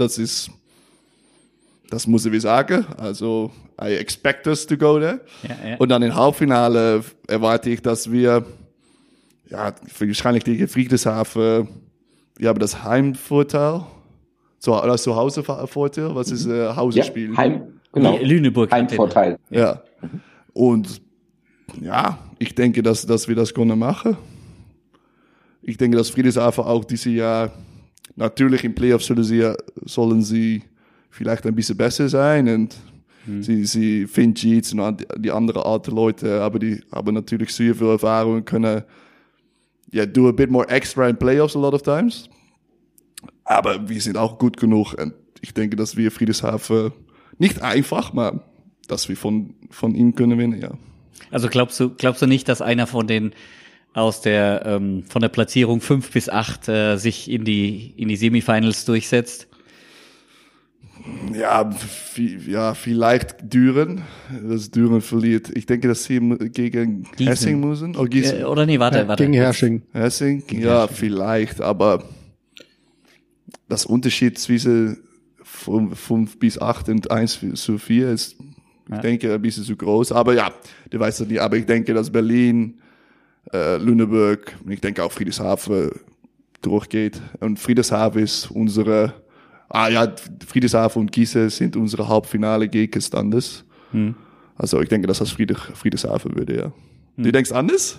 das muss ich sagen. Also, I expect us to go there. Ja. Und dann im Halbfinale erwarte ich, dass wir, wahrscheinlich gegen Friedrichshafen, wir haben das Heimvorteil, das Zuhausevorteil, was ist Hausespiel? Ja, genau. Lüneburg. Heimvorteil. Ja. Und, ich denke, dass wir das können machen. Ich denke, dass Friedrichshafen auch dieses Jahr, natürlich im Playoff sollen sie vielleicht ein bisschen besser sein und sie Finch Yeats und die anderen alten Leute, aber die haben natürlich sehr viel Erfahrung und können do a bit more extra in Playoffs a lot of times. Aber wir sind auch gut genug und ich denke, dass wir Friedrichshafen nicht einfach, aber dass wir von ihnen können gewinnen, ja. Also glaubst du nicht, dass einer von den von der Platzierung 5 bis 8 sich in die Semifinals durchsetzt? Ja, vielleicht Düren. Das Düren verliert. Ich denke, dass sie gegen Gießen. Hessing müssen. Oh, Gießen. Oder nee, warte. Gegen Hersching. Hessing? Ja, vielleicht. Aber das Unterschied zwischen 5 bis 8 und 1 zu 4 ist, ich denke, ein bisschen zu groß. Aber ja, du weißt es nicht. Aber ich denke, dass Berlin, Lüneburg, ich denke auch Friedrichshafen durchgeht. Und Friedrichshafen ist Friedrichshafen und Gießen sind unsere Halbfinale-Gegner anders. Also ich denke, dass das Friedrichshafen würde, ja. Du denkst anders?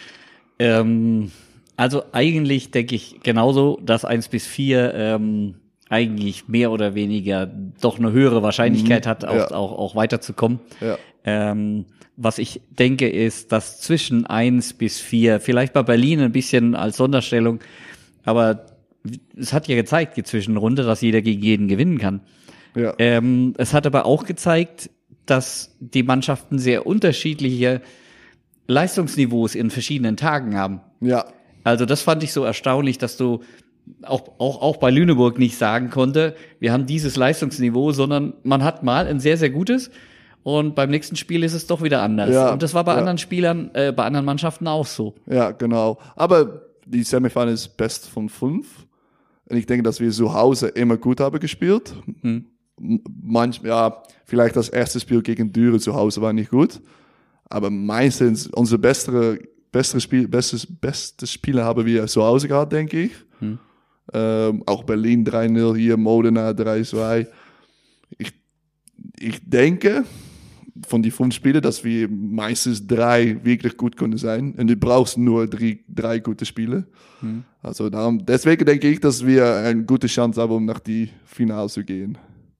Also eigentlich denke ich genauso, dass 1 bis 4 eigentlich mehr oder weniger doch eine höhere Wahrscheinlichkeit hat, auch weiterzukommen. Ja. Was ich denke ist, dass zwischen 1 bis 4, vielleicht bei Berlin ein bisschen als Sonderstellung, aber es hat ja gezeigt, die Zwischenrunde, dass jeder gegen jeden gewinnen kann. Ja. Es hat aber auch gezeigt, dass die Mannschaften sehr unterschiedliche Leistungsniveaus in verschiedenen Tagen haben. Ja. Also das fand ich so erstaunlich, dass du auch bei Lüneburg nicht sagen konnte, wir haben dieses Leistungsniveau, sondern man hat mal ein sehr, sehr gutes und beim nächsten Spiel ist es doch wieder anders. Ja. Und das war bei anderen Spielern, bei anderen Mannschaften auch so. Ja, genau. Aber die Semifinal ist best von 5. Und ich denke, dass wir zu Hause immer gut haben gespielt. Manchmal, vielleicht das erste Spiel gegen Düren zu Hause war nicht gut. Aber meistens unsere beste Spiele haben wir zu Hause gehabt, denke ich. Auch Berlin 3-0 hier, Modena 3-2. Ich denke, von die 5 Spielen, dass wir meistens 3 wirklich gut können sein. Und du brauchst nur 3 gute Spiele. Also deswegen denke ich, dass wir eine gute Chance haben, um nach die Finale zu gehen.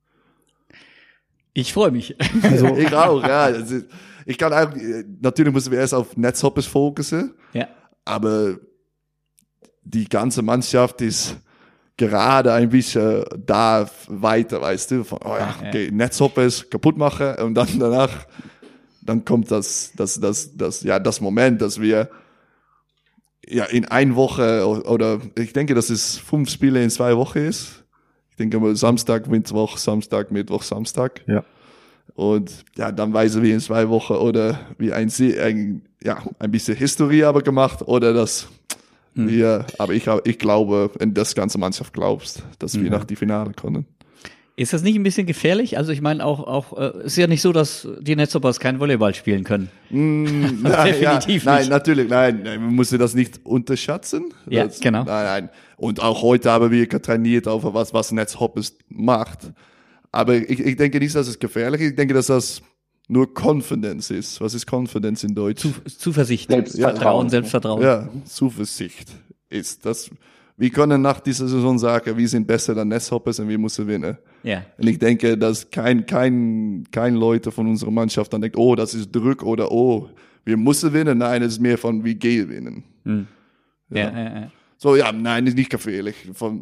Ich freue mich. Also ich auch, ja. Ich kann auch, natürlich müssen wir erst auf Netzhoppers fokussen. Ja. Aber die ganze Mannschaft ist gerade ein bisschen da weiter, weißt du, von, okay, Netzhoppers kaputt machen und dann danach, dann kommt das Moment, dass wir in einer Woche oder ich denke, dass es 5 Spiele in 2 Wochen ist. Ich denke mal Samstag, Mittwoch, Samstag, Mittwoch, Samstag. Ja. Und dann weisen wir in 2 Wochen oder wie ein bisschen Historie aber gemacht oder das aber ich glaube, in das ganze Mannschaft glaubst, dass wir nach die Finale kommen. Ist das nicht ein bisschen gefährlich? Also ich meine ist ja nicht so, dass die Netzhoppers kein Volleyball spielen können. Nein, Definitiv nein, nicht. natürlich, nein, man muss das nicht unterschätzen. Ja, genau. Nein. Und auch heute haben wir trainiert auf was Netzhoppers macht. Aber ich denke nicht, dass es gefährlich ist. Ich denke, dass das nur Confidence ist. Was ist Confidence in Deutsch? Zuversicht, Selbstvertrauen. Selbstvertrauen. Ja, Zuversicht ist das. Wir können nach dieser Saison sagen, wir sind besser als Netzhoppers und wir müssen gewinnen. Ja. Und ich denke, dass kein Leute von unserer Mannschaft dann denkt, oh, das ist Druck oder oh, wir müssen gewinnen. Nein, es ist mehr von, wir gehen gewinnen. Hm. Ja. So, ja, nein, ist nicht gefährlich.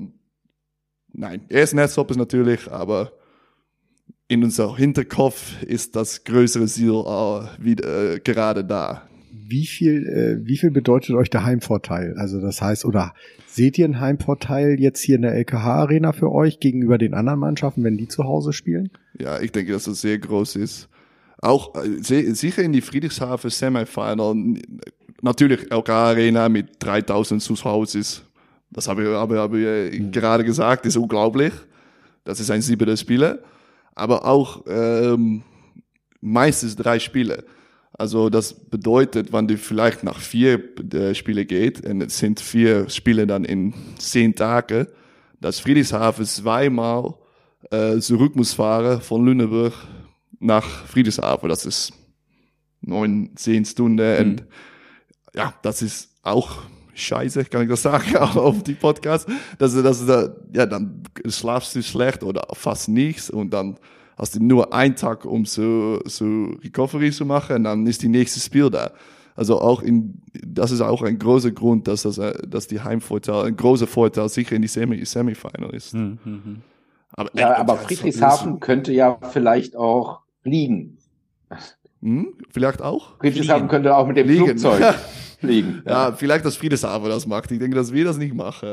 Nein, er ist Netzhoppers natürlich, aber in unser Hinterkopf ist das größere Ziel wieder gerade da. Wie viel bedeutet euch der Heimvorteil? Also das heißt, oder seht ihr einen Heimvorteil jetzt hier in der LKH-Arena für euch gegenüber den anderen Mannschaften, wenn die zu Hause spielen? Ja, ich denke, dass das sehr groß ist. Auch sicher in die Friedrichshafen Semifinal, natürlich LKH-Arena mit 3000 Zuschauern, das habe ich gerade gesagt, ist unglaublich. Das ist ein 7. Spieler. Aber auch meistens 3 Spiele. Also das bedeutet, wenn du vielleicht nach 4 Spiele geht, und es sind 4 Spiele dann in 10 Tagen, dass Friedrichshafen 2-mal zurück muss fahren von Lüneburg nach Friedrichshafen. Das ist 9-10 Stunden. Und ja, das ist auch scheiße, kann ich das sagen, auf die Podcast. Dann schlafst du schlecht oder fast nichts und dann hast du nur einen Tag, um so Recovery zu machen, und dann ist die nächste Spiel da. Also das ist auch ein großer Grund, dass die Heimvorteil, ein großer Vorteil sicher in die Semifinal ist. Aber Friedrichshafen könnte ja vielleicht auch fliegen. Vielleicht auch? Friedrichshafen könnte auch mit dem Flugzeug fliegen. Ja, vielleicht, dass Friedrichshafen das macht. Ich denke, dass wir das nicht machen.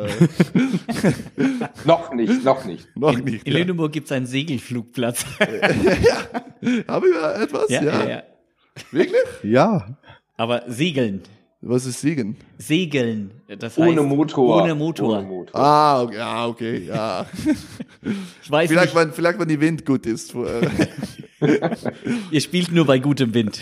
Noch nicht. In Lüneburg gibt es einen Segelflugplatz. Haben wir etwas? Ja. Wirklich? Ja. Aber Segeln. Was ist Segeln? Segeln. Das heißt, Ohne Motor. Ohne Motor. Okay, ja. Ich weiß Vielleicht, nicht. wenn die Wind gut ist. Ihr spielt nur bei gutem Wind.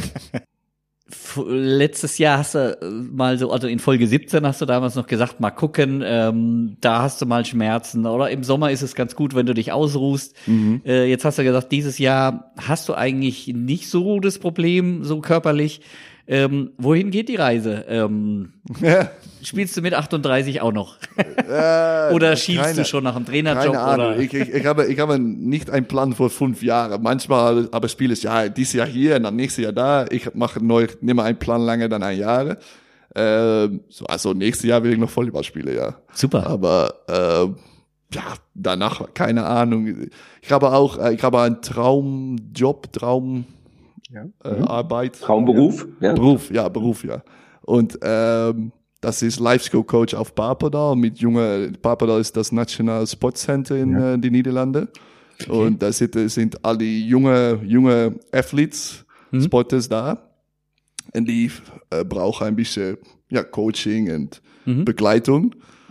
Letztes Jahr hast du mal so, also in Folge 17 hast du damals noch gesagt, mal gucken, da hast du mal Schmerzen, oder im Sommer ist es ganz gut, wenn du dich ausruhst. Jetzt hast du gesagt, dieses Jahr hast du eigentlich nicht so das Problem, so körperlich. Wohin geht die Reise? Spielst du mit 38 auch noch? Oder schiebst du schon nach dem Trainerjob? Keine Ahnung. Oder? Ich habe nicht einen Plan für 5 Jahre. Manchmal aber spiele ich dieses Jahr hier und dann nächstes Jahr da. Ich nehme einen Plan länger dann ein Jahr. Also nächstes Jahr will ich noch Volleyball spielen, ja. Super. Aber danach keine Ahnung. Ich habe einen Traumjob, Arbeit. Traumberuf? Ja. Beruf, ja. Und das ist Life Skill Coach auf Papendal Papendal ist das National Sports Center in den Niederlanden. Okay. Und da sind alle junge Athletes, Sporters da. Und die brauchen ein bisschen Coaching und Begleitung.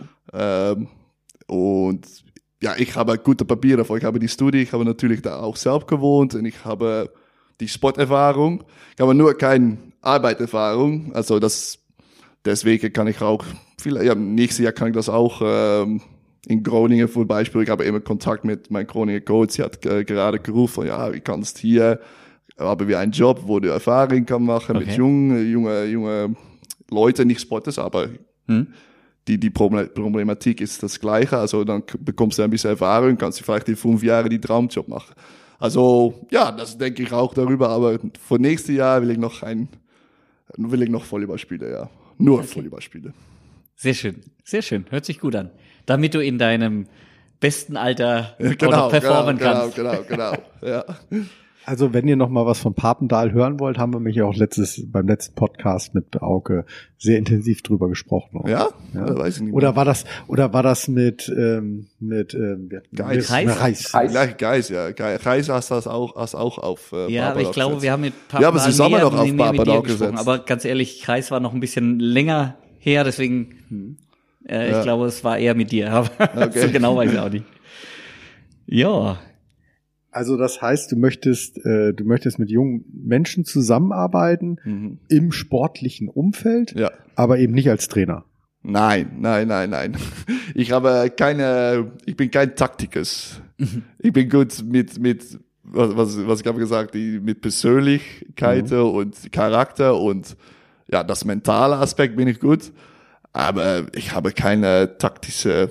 Und ja, ich habe gute Papiere davor. Ich habe die Studie, ich habe natürlich da auch selbst gewohnt und ich habe die Sporterfahrung. Ich habe nur keine Arbeiterfahrung. Also deswegen kann ich auch, nächstes Jahr kann ich das auch in Groningen zum Beispiel. Ich habe immer Kontakt mit meinem Groninger Coach. Sie hat gerade gerufen, wie kannst hier, haben wir einen Job, wo du Erfahrung kann machen mit junge Leute, nicht Sporters, aber die Problematik ist das Gleiche. Also dann bekommst du ein bisschen Erfahrung, kannst du vielleicht in 5 Jahren die Traumjob machen. Also, das denke ich auch darüber, aber für nächstes Jahr will ich noch Volleyball spielen, ja. Nur Volleyball spielen. Sehr schön, sehr schön. Hört sich gut an. Damit du in deinem besten Alter performen kannst. Genau, ja. Also wenn ihr noch mal was von Papendal hören wollt, haben wir mich ja auch beim letzten Podcast mit Auke sehr intensiv drüber gesprochen. Ja? Weiß ich nicht mehr. Oder war das mit Geis? Geis, ja. Geis hast das auch auf ja, aber ich glaube, wir haben mit Papendal aber zusammen noch auf Papendal gesetzt. Aber ganz ehrlich, Kreis war noch ein bisschen länger her, deswegen ich glaube, es war eher mit dir. Aber so genau weiß ich auch nicht. Ja. Also das heißt, du möchtest mit jungen Menschen zusammenarbeiten im sportlichen Umfeld, aber eben nicht als Trainer. Nein. Ich bin kein Taktikers. Ich bin gut mit was ich habe gesagt, mit Persönlichkeit und Charakter und ja, das mentale Aspekt bin ich gut. Aber ich habe keine taktische,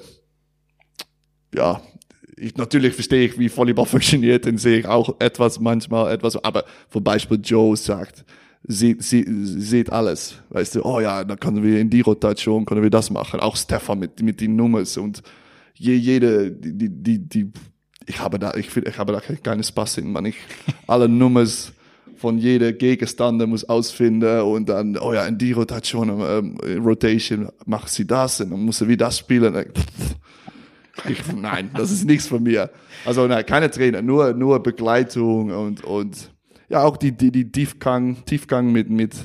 natürlich verstehe ich, wie Volleyball funktioniert und sehe ich auch manchmal etwas, aber zum Beispiel Joe sagt, sieht alles, weißt du, oh ja, dann können wir in die Rotation, können wir das machen, auch Stefan mit den Nummers und ich habe da keinen Spaß in, man, alle Nummers von jeder Gegenstand muss ausfinden und dann, oh ja, in die Rotation machen sie das und dann muss er wie das spielen. Nein, das ist nichts von mir. Also nein, keine Trainer, nur Begleitung und ja auch die Tiefgang mit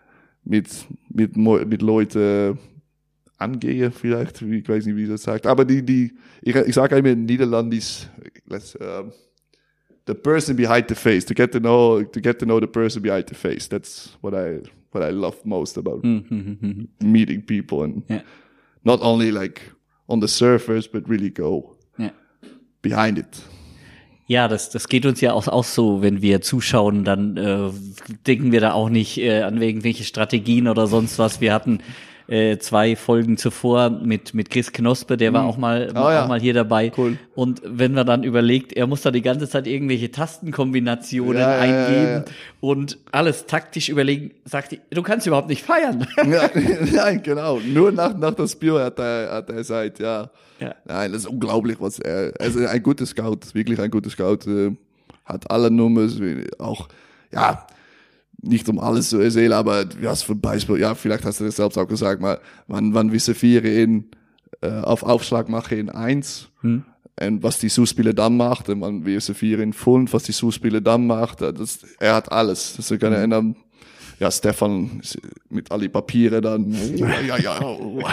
Leute angehe vielleicht, ich weiß nicht, wie das sagt, aber ich sage immer in Niederländisch, the person behind the face, to get to know the person behind the face. That's what I love most about meeting people and not only like on the surface, but really go behind it. Ja, das geht uns ja auch so, wenn wir zuschauen, dann denken wir da auch nicht an irgendwelche Strategien oder sonst was. Wir hatten 2 Folgen zuvor mit Chris Knospe, der war auch mal hier dabei. Cool. Und wenn man dann überlegt, er muss da die ganze Zeit irgendwelche Tastenkombinationen eingeben und alles taktisch überlegen, sagt die, du kannst überhaupt nicht feiern. Nein, genau. Nur nach das Spiel hat er gesagt, Nein, das ist unglaublich, was er ist ein guter Scout, wirklich ein guter Scout, hat alle Nummern, auch, nicht um alles zu erzählen, aber zum Beispiel, vielleicht hast du das selbst auch gesagt, mal, wann wir servieren auf Aufschlag machen in 1 und was die Zuspieler dann macht und wann wir servieren in 5, was die Zuspieler dann macht, er hat alles. Das kann er ändern. Ja, Stefan mit alle Papiere dann. Und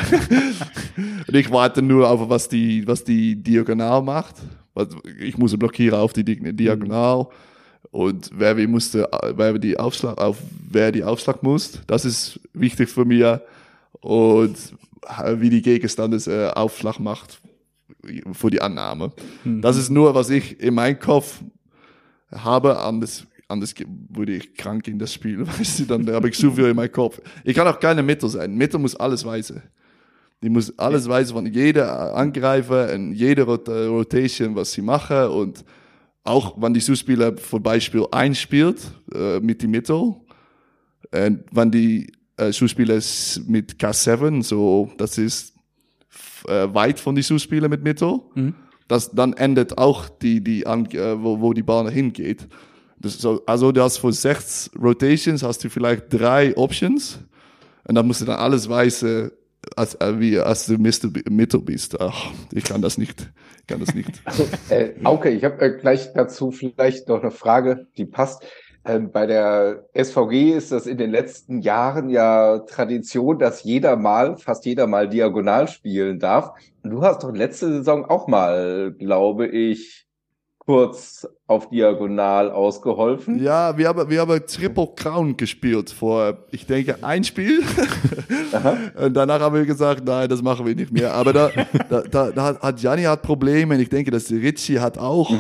ich warte nur auf was die Diagonal macht. Ich muss blockieren auf die Diagonal. Und wer die Aufschlag muss, das ist wichtig für mich. Und wie die Gegenstand Aufschlag macht für die Annahme. Das ist nur, was ich in meinem Kopf habe. Anders wurde ich krank in das Spiel. Weißt du, dann habe ich so viel in meinem Kopf. Ich kann auch keine Mitte sein. Mitte muss alles weisen. Die muss alles weisen von jeder Angreifer und jede Rotation, was sie machen und auch wenn die Zuspieler zum Beispiel einspielt mit dem Mittel, und wenn die Zuspieler mit K7, so das ist weit von die Zuspieler mit Mittel, dann endet auch wo die Bahn hingeht. Also du hast für 6 Rotations hast du vielleicht 3 Options und dann musst du dann alles weisen, als du Mittel bist. Ach, ich kann das nicht. Also, Auke, ich habe gleich dazu vielleicht noch eine Frage, die passt. Bei der SVG ist das in den letzten Jahren ja Tradition, dass fast jeder mal diagonal spielen darf. Und du hast doch letzte Saison auch mal, glaube ich, kurz auf diagonal ausgeholfen. Ja, wir haben Triple Crown gespielt vor, ich denke, ein Spiel. Und danach haben wir gesagt, nein, das machen wir nicht mehr. Aber da hat Gianni Probleme. Und ich denke, dass Richie hat auch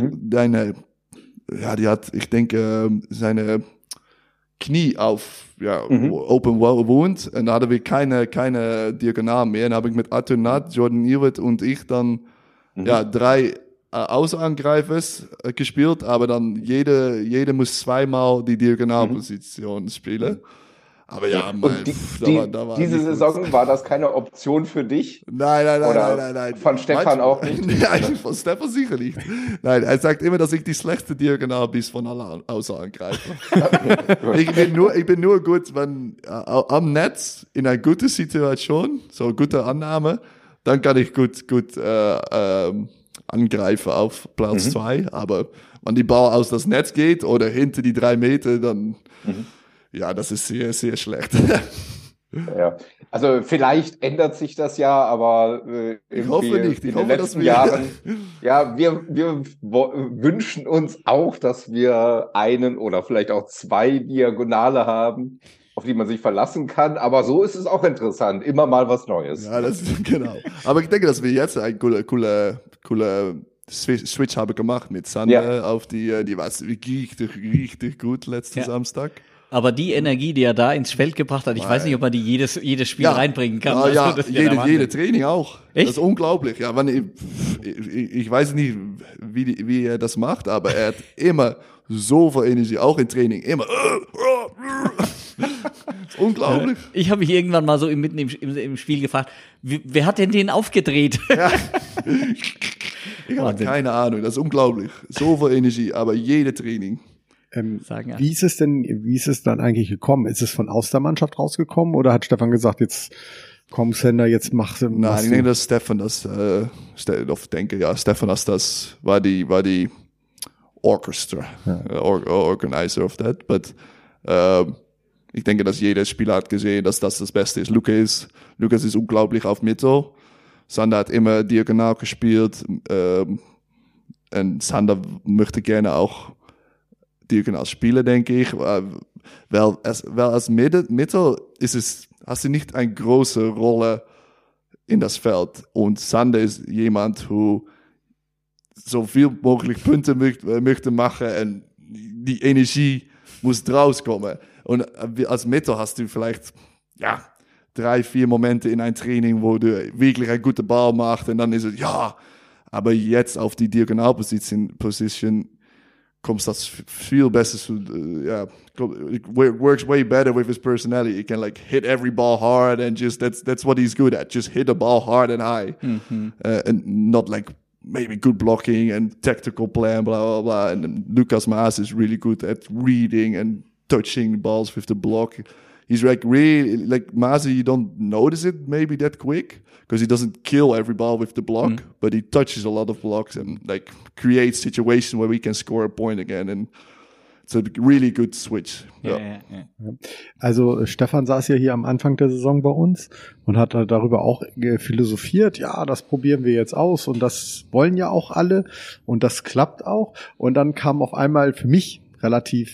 seine Knie auf Open Wound. Und da hatten wir keine Diagonal mehr. Und habe ich mit Arthur Nutt, Jordan Ewert und ich dann 3 Außenangreifers gespielt, aber dann jede muss 2-mal die Diagonalposition spielen. Aber diese Saison war das keine Option für dich? Nein. Von Stefan auch nicht? Nein, von Stefan sicher nicht. Nein, er sagt immer, dass ich die schlechte Diagonal bin von allen Außenangreifern. Ich bin nur gut, wenn am Netz in einer guten Situation, so eine gute Annahme, dann kann ich gut angreifen auf Platz 2, aber wenn die Ball aus das Netz geht oder hinter die 3 Meter, dann das ist sehr, sehr schlecht. Ja, also vielleicht ändert sich das ja, aber Ich hoffe nicht. In den letzten Jahren, ja, wir wünschen uns auch, dass wir einen oder vielleicht auch 2 Diagonale haben, auf die man sich verlassen kann. Aber so ist es auch interessant, immer mal was Neues. Ja, das ist genau. Aber ich denke, dass wir jetzt einen cooler Switch haben gemacht mit Sander auf die war richtig gut letzten Samstag. Aber die Energie, die er da ins Feld gebracht hat, ich weiß nicht, ob man die jedes Spiel reinbringen kann. Ja, jede Training auch. Echt? Das ist unglaublich. Ja, ich weiß nicht, wie er das macht, aber er hat immer so viel Energie, auch im Training. Immer. Unglaublich. Ich habe mich irgendwann mal so mitten im Spiel gefragt, wer hat denn den aufgedreht? Ja. Ich habe keine Ahnung, das ist unglaublich. So viel Energie, aber jede Training. Wie ist es dann eigentlich gekommen? Ist es von aus der Mannschaft rausgekommen oder hat Stefan gesagt, jetzt komm Sender, jetzt machst du? Nein, ich denke, dass Stefan das war die Orchestra, Organizer of that, but ich denke, dass jeder Spieler hat gesehen, dass das Beste ist. Lukas ist unglaublich auf Mitte. Sander hat immer diagonal gespielt, und Sander möchte gerne auch diagonal spielen, denke ich, weil als Mitte hast du nicht eine große Rolle in das Feld und Sander ist jemand, who so viel möglich Punkte möchte machen und die Energie muss draus kommen. Und als Mitte hast du vielleicht 3-4 Momente in ein Training, wo du wirklich einen guten Ball machst und dann ist es, aber jetzt auf die Diagonalposition kommt das viel besser zu, it works way better with his personality. He can hit every ball hard and that's what he's good at. Just hit the ball hard and high. And not maybe good blocking and tactical plan, blah, blah, blah. And Lucas Maas is really good at reading and touching balls with the block. He's really, Maas, you don't notice it maybe that quick because he doesn't kill every ball with the block, but he touches a lot of blocks and creates situations where we can score a point again. And it's a really good switch. Ja. Also Stefan saß ja hier am Anfang der Saison bei uns und hat darüber auch philosophiert, ja, das probieren wir jetzt aus und das wollen ja auch alle und das klappt auch. Und dann kam auf einmal für mich relativ,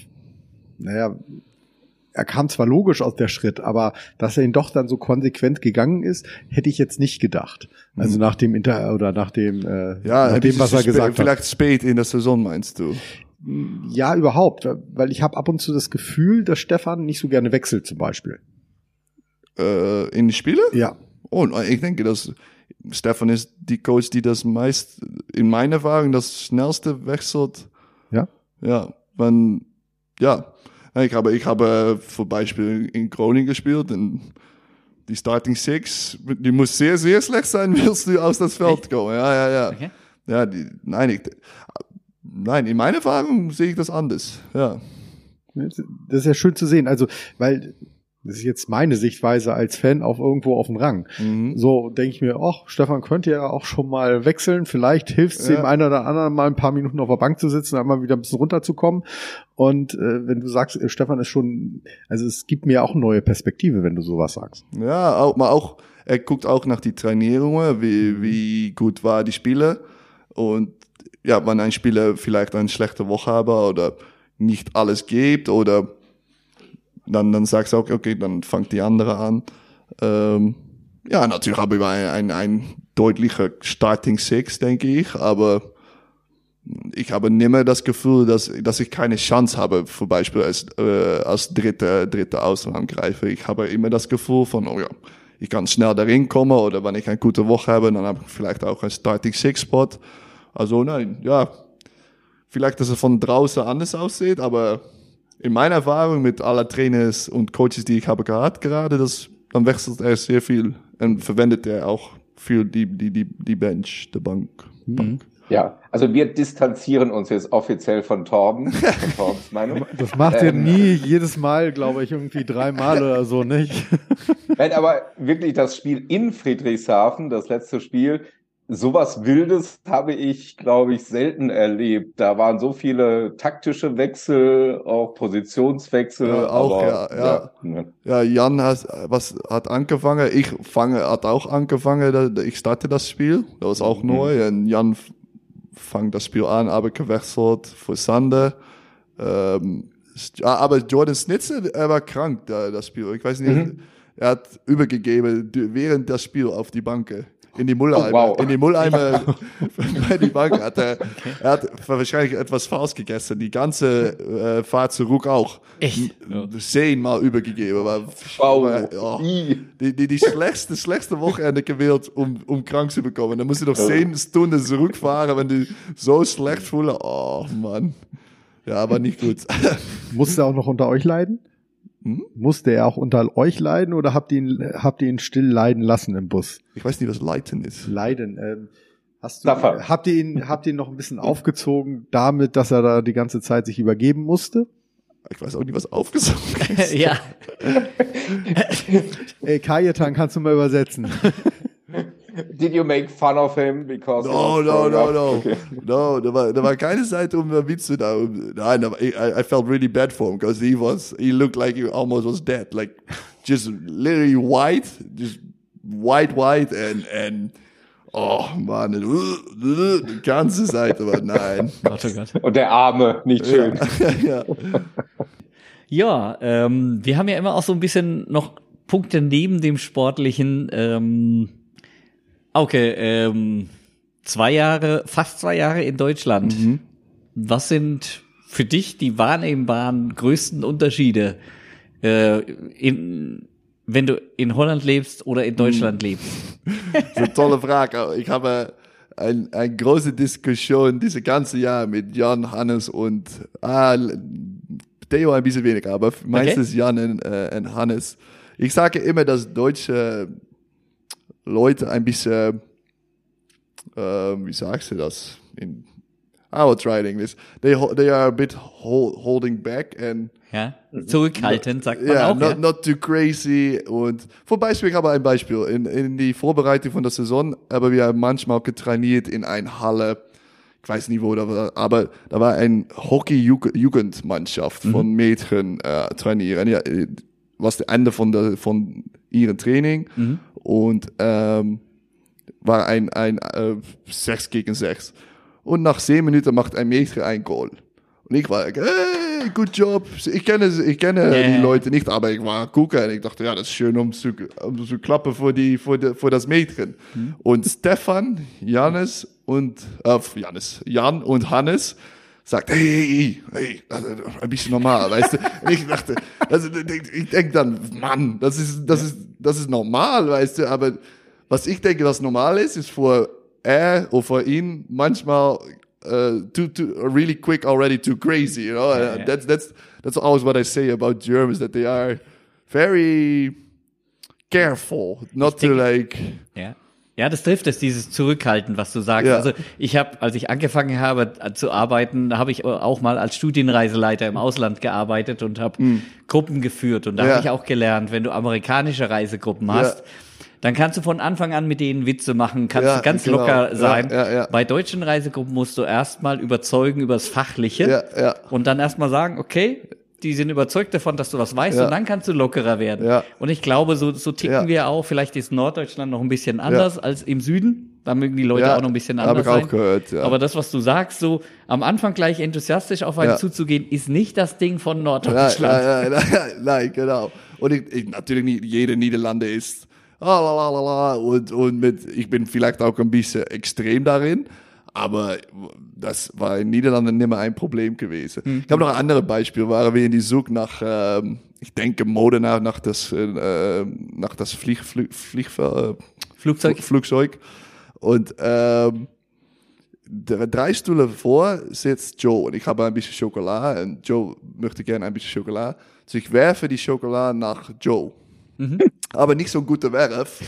er kam zwar logisch aus der Schritt, aber dass er ihn doch dann so konsequent gegangen ist, hätte ich jetzt nicht gedacht. Also nach dem was er gesagt hat. Vielleicht spät in der Saison, meinst du? Ja, überhaupt, weil ich habe ab und zu das Gefühl, dass Stefan nicht so gerne wechselt zum Beispiel. In die Spiele? Ja. Und ich denke, dass Stefan ist die Coach, die das meist, in meiner Erfahrung, das schnellste wechselt. Ja? Ja, ich habe zum Beispiel in Groningen gespielt und die Starting Six, die muss sehr, sehr schlecht sein, willst du aus das Feld kommen. Ja. Okay. Ja, nein, in meiner Erfahrung sehe ich das anders. Ja. Das ist ja schön zu sehen. Also, weil das ist jetzt meine Sichtweise als Fan auf irgendwo auf dem Rang. So denke ich mir, Stefan könnte ja auch schon mal wechseln. Vielleicht hilft es dem einen oder anderen mal ein paar Minuten auf der Bank zu sitzen, einmal wieder ein bisschen runterzukommen. Und wenn du sagst, Stefan ist schon, also es gibt mir auch eine neue Perspektive, wenn du sowas sagst. Ja, auch er guckt auch nach die Trainierungen, wie gut war die Spiele. Und ja, wenn ein Spieler vielleicht eine schlechte Woche hat oder nicht alles gibt oder dann sagst du auch, okay, dann fangt die andere an. Natürlich haben wir ein deutlicher Starting Six, denke ich, aber ich habe nimmer das Gefühl, dass ich keine Chance habe, zum Beispiel als dritter Außenangreifer. Ich habe immer das Gefühl von, ich kann schnell darin kommen oder wenn ich eine gute Woche habe, dann habe ich vielleicht auch einen Starting Six Spot. Also vielleicht, dass es von draußen anders aussieht, aber in meiner Erfahrung mit aller Trainers und Coaches, die ich habe gehabt gerade, dann wechselt er sehr viel und verwendet er auch für die Bench, die Bank. Ja, also wir distanzieren uns jetzt offiziell von Torbens Meinung. Das macht er nie, jedes Mal, glaube ich, irgendwie 3 Mal oder so, nicht? Nein, aber wirklich das Spiel in Friedrichshafen, das letzte Spiel, sowas Wildes habe ich, glaube ich, selten erlebt. Da waren so viele taktische Wechsel, auch Positionswechsel. Auch, aber, ja, Jan hat angefangen, hat auch angefangen, ich starte das Spiel, das was auch neu, und Jan fängt das Spiel an, aber gewechselt für Sander. Aber Jordan Snitzer, er war krank, das Spiel, ich weiß nicht, er hat übergegeben während das Spiel auf die Bank. In die Mülleimer. Oh, wow. In die Mülleimer bei die Bank hat er hat wahrscheinlich etwas falsch gegessen. Die ganze Fahrt zurück auch. Echt? 10-mal übergegeben. Wow. Die schlechteste Wochenende gewählt, um krank zu bekommen. Dann musst du noch 10 Stunden zurückfahren, wenn du so schlecht fühlst. Oh, Mann. Ja, aber nicht gut. Musste er auch noch unter euch leiden? Musste er auch unter euch leiden oder habt ihr ihn still leiden lassen im Bus? Ich weiß nicht, was Leiden ist. Leiden. Habt ihr ihn noch ein bisschen aufgezogen damit, dass er da die ganze Zeit sich übergeben musste? Ich weiß auch nicht, was aufgesogen ist. Ja. Ey, Kajetan, kannst du mal übersetzen? Did you make fun of him because No. Okay. No, da war keine Zeit, um Witze da. Nein, aber I felt really bad for him because he looked like he almost was dead, like just literally white and oh man, die ganze Zeit, aber nein. Gott, oh Gott. Und der Arme, nicht schön. Ja. Ja, wir haben ja immer auch so ein bisschen noch Punkte neben dem Sportlichen. Fast 2 Jahre in Deutschland. Was sind für dich die wahrnehmbaren größten Unterschiede, wenn du in Holland lebst oder in Deutschland lebst? Das ist eine tolle Frage. Ich habe eine große Diskussion dieses ganze Jahr mit Jan, Hannes und Theo ein bisschen weniger, aber meistens okay. Jan und Hannes. Ich sage immer, dass deutsche Leute ein bisschen, wie sagst du das? I will try in English. They are a bit holding back and ja, zurückhaltend, sagt man auch. Not too crazy. Und zum Beispiel, ich habe ein Beispiel. In die Vorbereitung von der Saison haben wir manchmal getrainiert in einer Halle. Ich weiß nicht wo, aber da war ein Hockey-Jugendmannschaft von Mädchen trainieren. Ja, was das Ende von ihrem Training. Und war ein 6 gegen 6. Und nach 10 Minuten macht ein Mädchen ein Goal. Und ich war, hey, good job. Ich kenne die Leute nicht, aber ich war gucken und ich dachte, ja, das ist schön, um zu klappen für das Mädchen. Und Stefan, Jan und Hannes sagt, hey, ein bisschen normal, weißt du? Und ich dachte, ich denke dann, Mann, das ist normal, weißt du? Aber was ich denke, was normal ist für er oder für ihn manchmal too really quick already, too crazy, you know? That's always what I say about Germans, that they are very careful, not to like. Ja, das trifft es, dieses Zurückhalten, was du sagst. Ja. Also als ich angefangen habe zu arbeiten, habe ich auch mal als Studienreiseleiter im Ausland gearbeitet und habe Gruppen geführt. Und da habe ich auch gelernt, wenn du amerikanische Reisegruppen hast, dann kannst du von Anfang an mit denen Witze machen, kannst ganz locker sein. Ja. Bei deutschen Reisegruppen musst du erstmal überzeugen über das Fachliche und dann erstmal sagen, okay, die sind überzeugt davon, dass du was weißt und dann kannst du lockerer werden. Ja. Und ich glaube, so ticken wir auch. Vielleicht ist Norddeutschland noch ein bisschen anders als im Süden. Da mögen die Leute auch noch ein bisschen anders sein. Auch gehört, Aber das, was du sagst, so am Anfang gleich enthusiastisch auf einen zuzugehen, ist nicht das Ding von Norddeutschland. Nein, genau. Und ich natürlich nicht, jeder Niederlande ist und ich bin vielleicht auch ein bisschen extrem darin. Aber das war in Niederlanden nicht mehr ein Problem gewesen. Ich habe noch ein anderes Beispiel, waren wir in die Suche nach, ich denke Modena, nach das Flugzeug. Und 3 Stühle vor sitzt Joe und ich habe ein bisschen Schokolade und Joe möchte gerne ein bisschen Schokolade. Also ich werfe die Schokolade nach Joe. Aber nicht so ein guter Werf.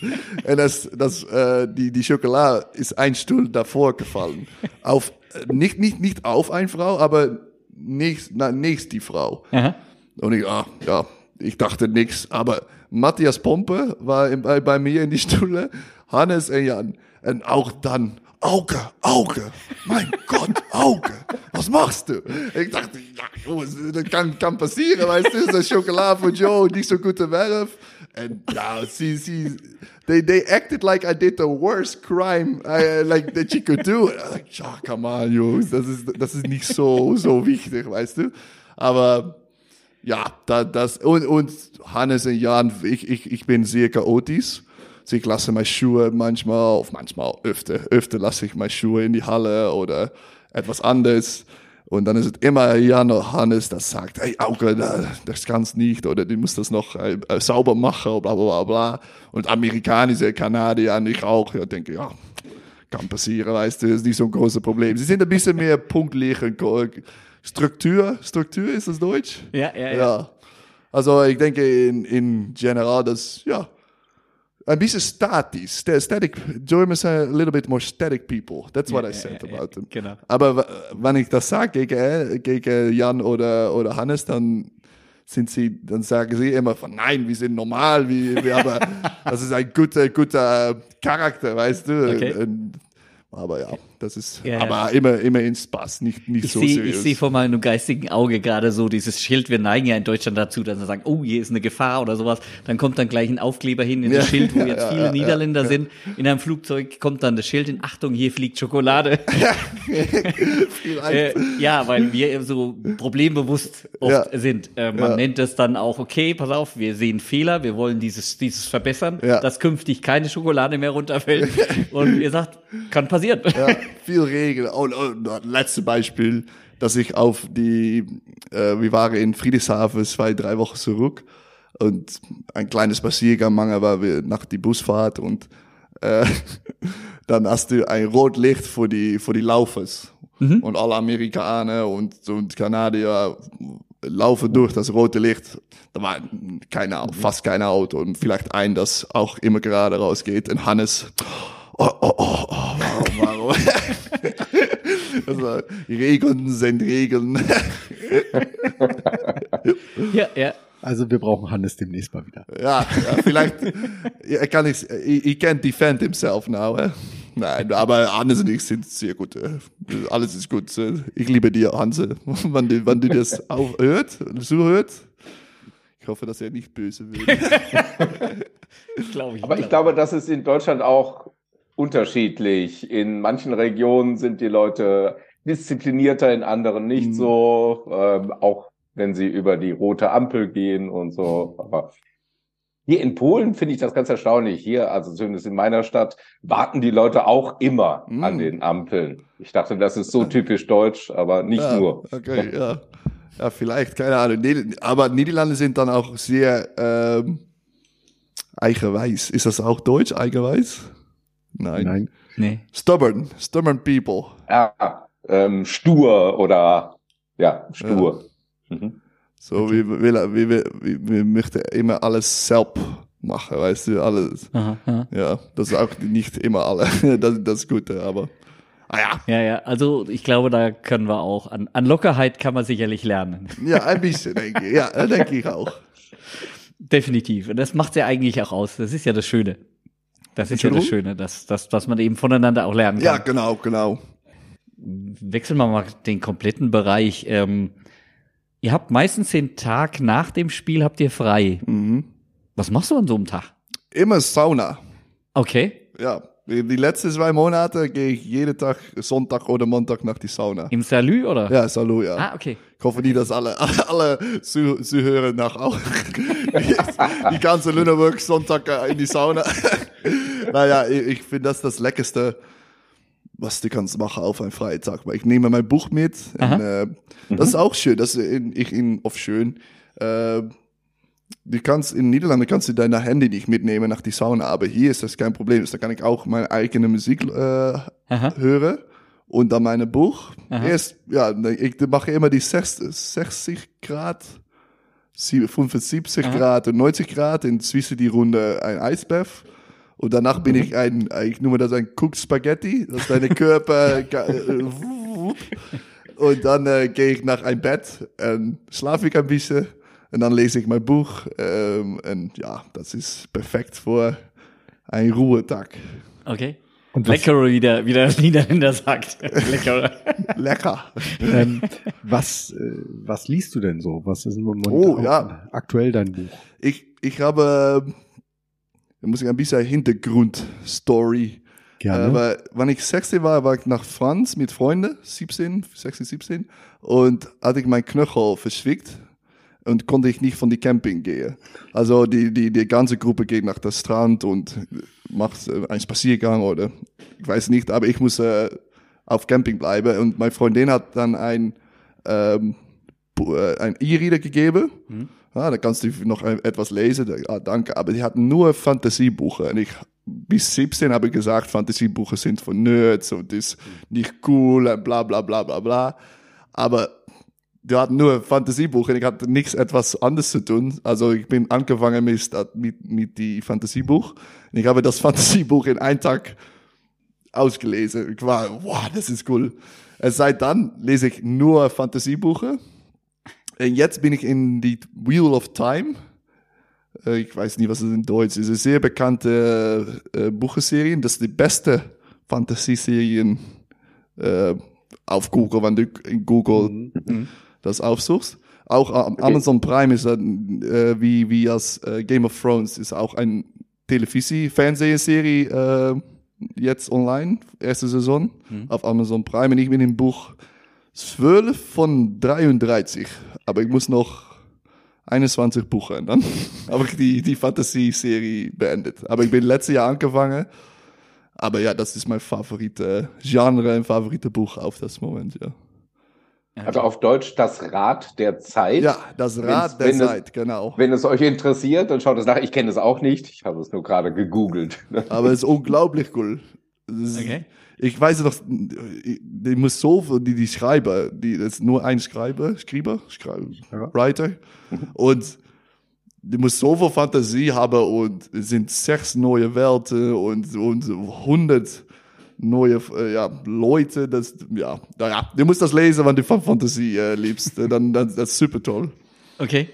Die Schokolade ist ein Stuhl davor gefallen. Nicht auf eine Frau, aber nächst die Frau. Aha. Und ich dachte nichts. Aber Matthias Pompe war bei mir in die Stühle, Hannes und Jan. Und auch dann, Auge, mein Gott, Auge, was machst du? Ich dachte, ja, Jungs, das kann passieren, weißt du, das ist Schokolade von Joe, nicht so gute Werf. Und ja, they acted like I did the worst crime like that you could do. And I was like, oh, come on, Jungs, das ist nicht so wichtig, weißt du. Aber ja, und Hannes und Jan, ich bin sehr chaotisch. Ich lasse meine Schuhe manchmal öfter lasse ich meine Schuhe in die Halle oder etwas anderes. Und dann ist es immer Jan oder Hannes, das sagt, hey Auge, das kannst nicht oder du musst das noch sauber machen, bla bla bla. Und amerikanische Kanadier, ich auch, ja, denke, ja, kann passieren, weißt du, ist nicht so ein großes Problem. Sie sind ein bisschen mehr punktlich. Struktur, ist das Deutsch? Ja. Also ich denke in general, das, ja, ein bisschen statisch. Static, Germans are a little bit more static people. That's what I said about them. Genau. Aber wenn ich das sage gegen Jan oder Hannes, dann sagen sie immer von, nein, wir sind normal, aber das ist ein guter Charakter, weißt du. Okay. Aber ja, das ist aber immer in Spaß, nicht so seriös. Ich sehe vor meinem geistigen Auge gerade so dieses Schild, wir neigen ja in Deutschland dazu, dass wir sagen, oh, hier ist eine Gefahr oder sowas, dann kommt dann gleich ein Aufkleber hin in das Schild, wo jetzt viele Niederländer sind. In einem Flugzeug kommt dann das Schild in, Achtung, hier fliegt Schokolade. Ja, weil wir so problembewusst oft sind. Man nennt es dann auch, okay, pass auf, wir sehen Fehler, wir wollen dieses verbessern, dass künftig keine Schokolade mehr runterfällt. Und ihr sagt, kann passieren. Ja, viel Regeln. Und letztes Beispiel, dass ich wir waren in Friedrichshafen 2-3 Wochen zurück und ein kleines Spaziergang machen wir nach die Busfahrt und dann hast du ein Rotlicht für die Laufers. Und alle Amerikaner und Kanadier laufen durch das rote Licht. Da war fast kein Auto und vielleicht ein, das auch immer gerade rausgeht. Und Hannes, warum? Also, Regeln sind Regeln. Ja. Also wir brauchen Hannes demnächst mal wieder. Ja, vielleicht he can't defend himself now. Nein, aber Hannes und ich sind sehr gut. Alles ist gut. Ich liebe dir, Hanse. Wenn du das zuhört. Ich hoffe, dass er nicht böse wird. Aber ich glaube, das ist in Deutschland auch unterschiedlich. In manchen Regionen sind die Leute disziplinierter, in anderen nicht so. Auch wenn sie über die rote Ampel gehen und so. Aber hier in Polen finde ich das ganz erstaunlich. Hier, also zumindest in meiner Stadt, warten die Leute auch immer an den Ampeln. Ich dachte, das ist so typisch deutsch, aber nicht nur. Okay, ja. Ja, vielleicht, keine Ahnung. Aber Niederlande sind dann auch sehr eigenwijs. Ist das auch deutsch, eigenwijs? Nein. Nee. Stubborn people. Ja, stur oder, stur. Ja. So, wir möchten immer alles selbst machen, weißt du, alles. Aha. Ja, das ist auch nicht immer alle, das Gute, aber, Ja, also ich glaube, da können wir auch, an Lockerheit kann man sicherlich lernen. Ja, ein bisschen, denke ich auch. Definitiv, und das macht's ja eigentlich auch aus, das ist ja das Schöne. Das ist ja das Schöne, dass man eben voneinander auch lernen kann. Ja, genau. Wechseln wir mal den kompletten Bereich. Ihr habt meistens den Tag nach dem Spiel habt ihr frei. Was machst du an so einem Tag? Immer Sauna. Okay. Ja, die letzten 2 Monate gehe ich jeden Tag, Sonntag oder Montag nach die Sauna. Im Salü, oder? Ja, Salü, ja. Ah, okay. Ich hoffe nicht, dass alle zuhören nach auch. Die ganze Lüneburg Sonntag in die Sauna. Naja, ich finde das Leckerste, was du kannst machen auf einem Freitag. Weil ich nehme mein Buch mit. Und, das ist auch schön. Das ist oft schön. In Niederlande kannst du deine Handy nicht mitnehmen nach die Sauna, aber hier ist das kein Problem. Da kann ich auch meine eigene Musik hören und dann mein Buch. Ich mache immer die 60 Grad, 75 Grad und 90 Grad in zwischen die Runde ein Eisbad. Und danach bin ich ich nenne das ein Cooked Spaghetti, dass deine Körper und dann gehe ich nach ein Bett, schlafe ich ein bisschen und dann lese ich mein Buch und ja, das ist perfekt für einen Ruhetag. Okay. Und Lecker, wie der Niederländer sagt. Lecker. Lecker. Was liest du denn so? Was ist im Moment aktuell dein Buch? Ich habe, da muss ich ein bisschen Hintergrundstory. Gerne. Wenn ich 16 war ich nach Franz mit Freunden, 16, und hatte ich meinen Knöchel verschwickt und konnte ich nicht von die Camping gehen. Also die ganze Gruppe geht nach der Strand und macht einen Spaziergang oder ich weiß nicht, aber ich muss auf Camping bleiben und meine Freundin hat dann ein E-Reader gegeben. Ja, da kannst du noch etwas lesen. Danke. Aber die hatten nur Fantasiebücher. Und bis 17 habe ich gesagt, Fantasiebücher sind von Nerds und ist nicht cool und bla bla bla bla bla. Aber die hatten nur Fantasiebücher und ich hatte nichts etwas anderes zu tun. Also ich bin angefangen mit die Fantasiebuch. Und ich habe das Fantasiebuch in einem Tag ausgelesen. Ich war, wow, das ist cool. Seit dann lese ich nur Fantasiebücher. Und jetzt bin ich in die Wheel of Time. Ich weiß nicht, was es in Deutsch ist. Eine sehr bekannte Buchserie. Das ist die beste Fantasieserien auf Google, wenn du in Google das aufsuchst. Auch Amazon Prime ist wie als Game of Thrones ist auch eine Fernsehserie jetzt online, erste Saison auf Amazon Prime. Und ich bin im Buch 12 von 33, aber ich muss noch 21 Bücher dann habe ich die Fantasy-Serie beendet. Aber ich bin letztes Jahr angefangen, aber ja, das ist mein favorite Genre, ein favorite Buch auf das Moment, ja. Also auf Deutsch das Rad der Zeit. Ja, das Rad der Zeit, genau. Wenn es euch interessiert, dann schaut es nach. Ich kenne es auch nicht, ich habe es nur gerade gegoogelt. Aber es ist unglaublich cool. Okay. Ich weiß noch, die muss so, die Schreiber, das ist nur ein Writer, und die muss so viel Fantasie haben und es sind 6 neue Welten und 100 neue Leute, du musst das lesen, wenn du von Fantasie liebst, dann das ist super toll. Okay.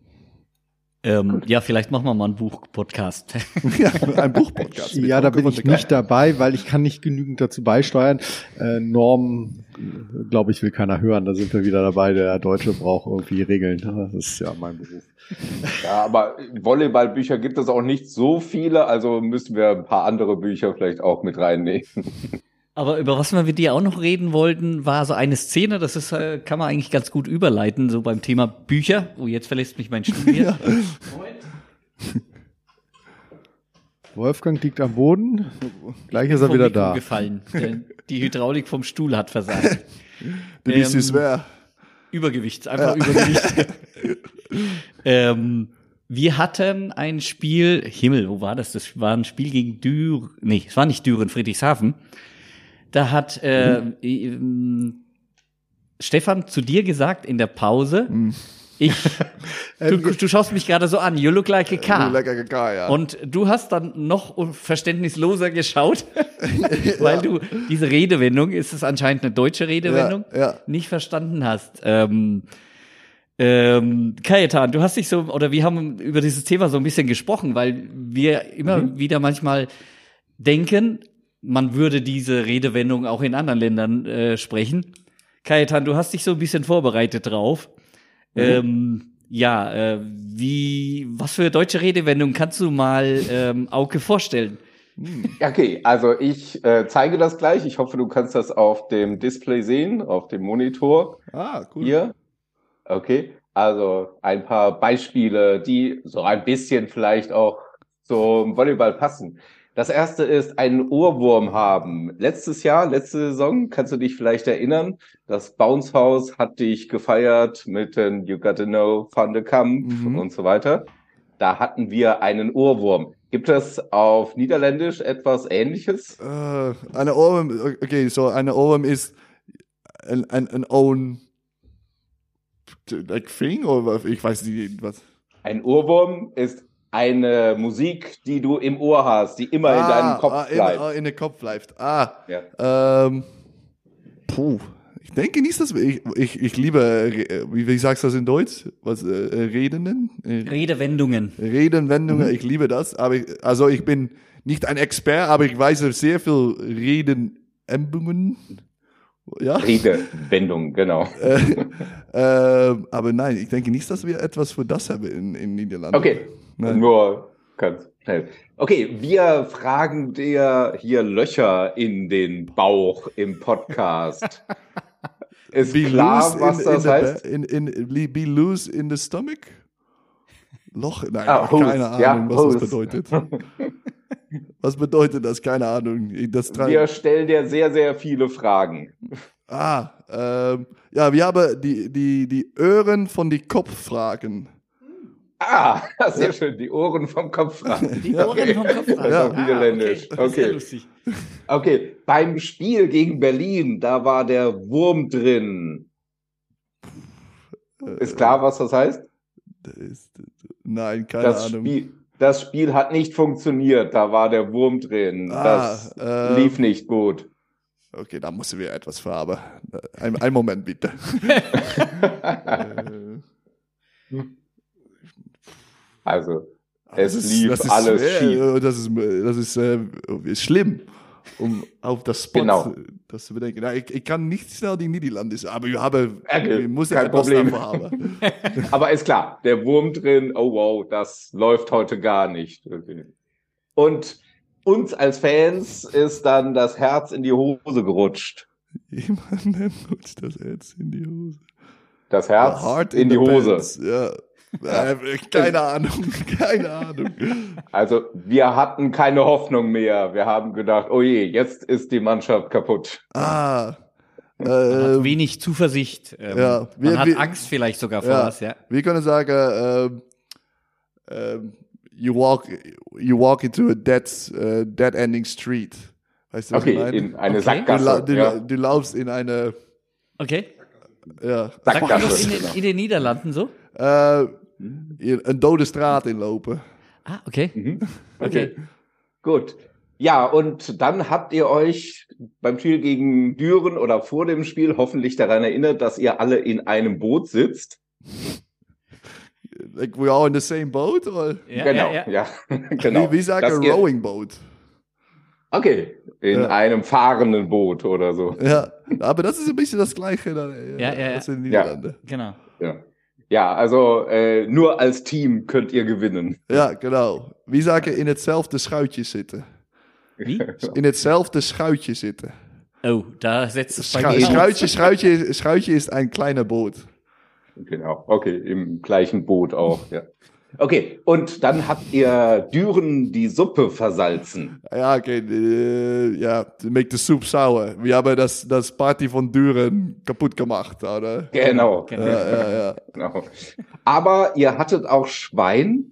Ja, vielleicht machen wir mal einen Buch-Podcast. Ja, ein Buch-Podcast. Ja, da bin ich nicht dabei, weil ich kann nicht genügend dazu beisteuern. Norm, glaube ich, will keiner hören. Da sind wir wieder dabei. Der Deutsche braucht irgendwie Regeln. Das ist ja mein Beruf. Ja, aber Volleyballbücher gibt es auch nicht so viele, also müssen wir ein paar andere Bücher vielleicht auch mit reinnehmen. Aber über was wir mit dir auch noch reden wollten, war so eine Szene, das ist, kann man eigentlich ganz gut überleiten, so beim Thema Bücher. Oh, jetzt verlässt mich mein Stuhl hier. Ja. Wolfgang liegt am Boden, gleich ist er wieder da. Gefallen. Die Hydraulik vom Stuhl hat versagt. Du bist es schwer. Übergewicht, einfach Übergewicht. Wir hatten ein Spiel, Himmel, wo war das? Das war ein Spiel gegen Düren, nee, es war nicht Düren, Friedrichshafen. Da hat Stefan zu dir gesagt in der Pause, du schaust mich gerade so an, you look like a car. You look like a car, ja. Und du hast dann noch verständnisloser geschaut, weil du diese Redewendung, ist es anscheinend eine deutsche Redewendung, nicht verstanden hast. Kajetan, du hast dich so, oder wir haben über dieses Thema so ein bisschen gesprochen, weil wir immer wieder manchmal denken, man würde diese Redewendung auch in anderen Ländern sprechen. Kajetan, du hast dich so ein bisschen vorbereitet drauf. Was für deutsche Redewendung kannst du mal Auke vorstellen? Okay, also ich zeige das gleich. Ich hoffe, du kannst das auf dem Display sehen, auf dem Monitor. Ah, cool. Hier. Okay, also ein paar Beispiele, die so ein bisschen vielleicht auch zum Volleyball passen. Das erste ist einen Ohrwurm haben. Letzte Saison, kannst du dich vielleicht erinnern, das Bounce House hat dich gefeiert mit den You Gotta Know, Van de Kamp und so weiter. Da hatten wir einen Ohrwurm. Gibt es auf Niederländisch etwas Ähnliches? Eine Ohrwurm, okay, so eine Ohrwurm ist ein own like thing oder ich weiß nicht was. Ein Ohrwurm ist eine Musik, die du im Ohr hast, die immer in deinem Kopf bleibt. In den Kopf bleibt. Ich denke nicht, dass ich liebe, wie sagst du das in Deutsch? Was, Redewendungen. Redewendungen. Ich liebe das, aber ich bin nicht ein Expert, aber ich weiß sehr viel Redenendungen. Ja? Redewendung, genau. Aber nein, ich denke nicht, dass wir etwas für das haben in Niederlanden. Okay, Nein. nur ganz schnell. Okay, wir fragen dir hier Löcher in den Bauch im Podcast. Ist klar, was das heißt? Be loose in the stomach? Loch? Nein, keine Ahnung, ja, was das bedeutet. Was bedeutet das? Keine Ahnung. Wir stellen dir sehr, sehr viele Fragen. Ja, wir haben die Ohren von die Kopffragen. Sehr schön, die Ohren vom Kopffragen. Die Ohren vom Kopffragen. Ja. Auf Niederländisch. Okay. Okay. Sehr lustig. Okay, beim Spiel gegen Berlin, da war der Wurm drin. Ist klar, was das heißt? Nein, keine Ahnung. Das Spiel hat nicht funktioniert, da war der Wurm drin. Das lief nicht gut. Okay, da müssen wir etwas für, aber einen Moment bitte. Also, es lief alles schief. Das ist schlimm, um auf das Spot das zu bedenken. Ja, ich kann nicht schnell die Niederlande, aber wir müssen kein etwas Problem. davor haben. Aber ist klar, der Wurm drin, oh wow, das läuft heute gar nicht. Okay. Und uns als Fans ist dann das Herz in die Hose gerutscht. Jemandem rutscht das Herz in die Hose. Das Herz in die Hose. Pants. Ja. Keine Ahnung. Also, wir hatten keine Hoffnung mehr. Wir haben gedacht, oh je, jetzt ist die Mannschaft kaputt. Man hat wenig Zuversicht. Man hat Angst vielleicht sogar vor was, ja. Wir können sagen, you walk into a dead ending street. Weißt du, was ich meine? In eine Sackgasse. Du laufst in eine... Okay. Ja. Sagt man das in den Niederlanden so? Een dode Straat inlopen. Okay. Mhm. Okay. Gut. Ja, und dann habt ihr euch beim Spiel gegen Düren oder vor dem Spiel hoffentlich daran erinnert, dass ihr alle in einem Boot sitzt. Like we all in the same boat? Or? Ja. Genau. Wie sagen rowing boat? Okay, in einem fahrenden Boot oder so. Ja, aber das ist ein bisschen das Gleiche als in den Niederlanden. Genau. Ja, also nur als Team könnt ihr gewinnen. Ja, genau. Wie sagen in hetzelfde schuitje zitten? Wie? In hetzelfde schuitje zitten. Oh, da setzt es bei mir Schuitje ist ein kleiner Boot. Genau, okay, im gleichen Boot auch, ja. Okay, und dann habt ihr Düren die Suppe versalzen. Ja, okay, make the soup sour. Wir haben das Party von Düren kaputt gemacht, oder? Genau. Ja. Genau. Aber ihr hattet auch Schwein.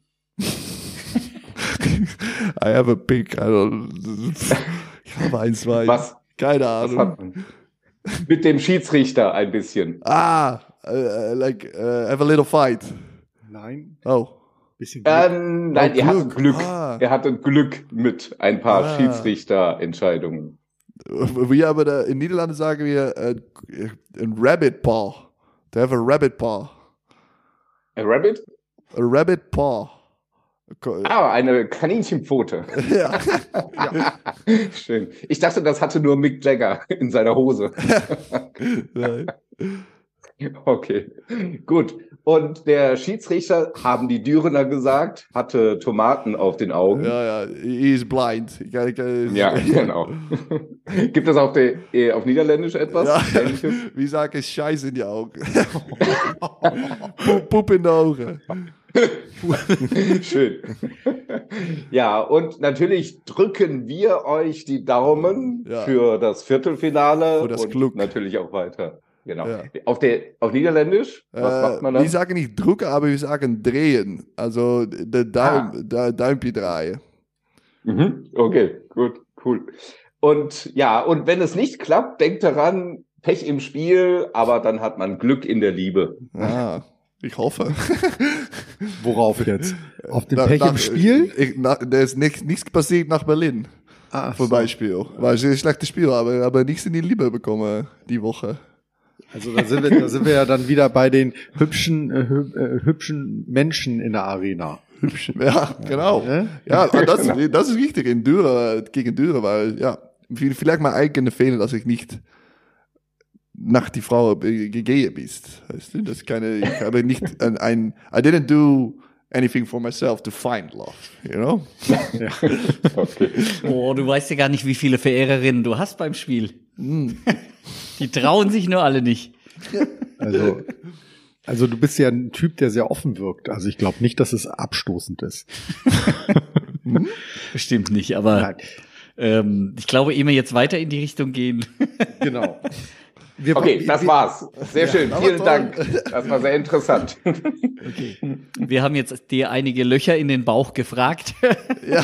I have a pig. Ich habe ein Schwein. Was? Keine Ahnung. Mit dem Schiedsrichter ein bisschen. Have a little fight. Nein. Oh. Bisschen Glück. Nein, ihr hattet Glück. Ihr hattet Glück mit ein paar Schiedsrichterentscheidungen. Wir haben in Niederlanden sagen wir ein Rabbit Paw. To have a Rabbit Paw. A Rabbit? A Rabbit Paw. Eine Kaninchenpfote. Ja. Schön. Ich dachte, das hatte nur Mick Jagger in seiner Hose. Nein. Okay, gut. Und der Schiedsrichter, haben die Dürener gesagt, hatte Tomaten auf den Augen. Ja, he is blind. Ja, genau. Gibt es auf Niederländisch etwas? Ja. Wie sage ich Scheiße in die Augen? Poep in die Augen. Schön. Ja, und natürlich drücken wir euch die Daumen für das Viertelfinale für das und Glück. Natürlich auch weiter. Genau. Ja. Auf Niederländisch, was macht man dann? Wir sagen nicht drücken, aber wir sagen drehen. Also der Daumen drehen. Mhm. Okay, gut, cool. Und wenn es nicht klappt, denkt daran, Pech im Spiel, aber dann hat man Glück in der Liebe. Ich hoffe. Worauf jetzt? Auf den Pech im Spiel? Da ist nichts passiert nach Berlin. Zum Beispiel. War sehr schlechtes Spiel, aber nichts in die Liebe bekommen die Woche. Also da sind wir ja dann wieder bei den hübschen Menschen in der Arena. Hübsch. Ja, genau. Ja, das ist wichtig gegen Dürer, weil, ja, vielleicht meine eigene Fehler, dass ich nicht nach die Frau gegangen bist. Weißt du, das keine, ich habe nicht I didn't do anything for myself to find love, you know? Ja. Okay. Oh, du weißt ja gar nicht, wie viele Verehrerinnen du hast beim Spiel. Die trauen sich nur alle nicht. Also du bist ja ein Typ, der sehr offen wirkt. Also ich glaube nicht, dass es abstoßend ist. Bestimmt nicht, aber ich glaube, ehe wir jetzt weiter in die Richtung gehen. Genau. Okay, das war's. Sehr schön, vielen Dank. Das war sehr interessant. Okay. Wir haben jetzt dir einige Löcher in den Bauch gefragt. Ja.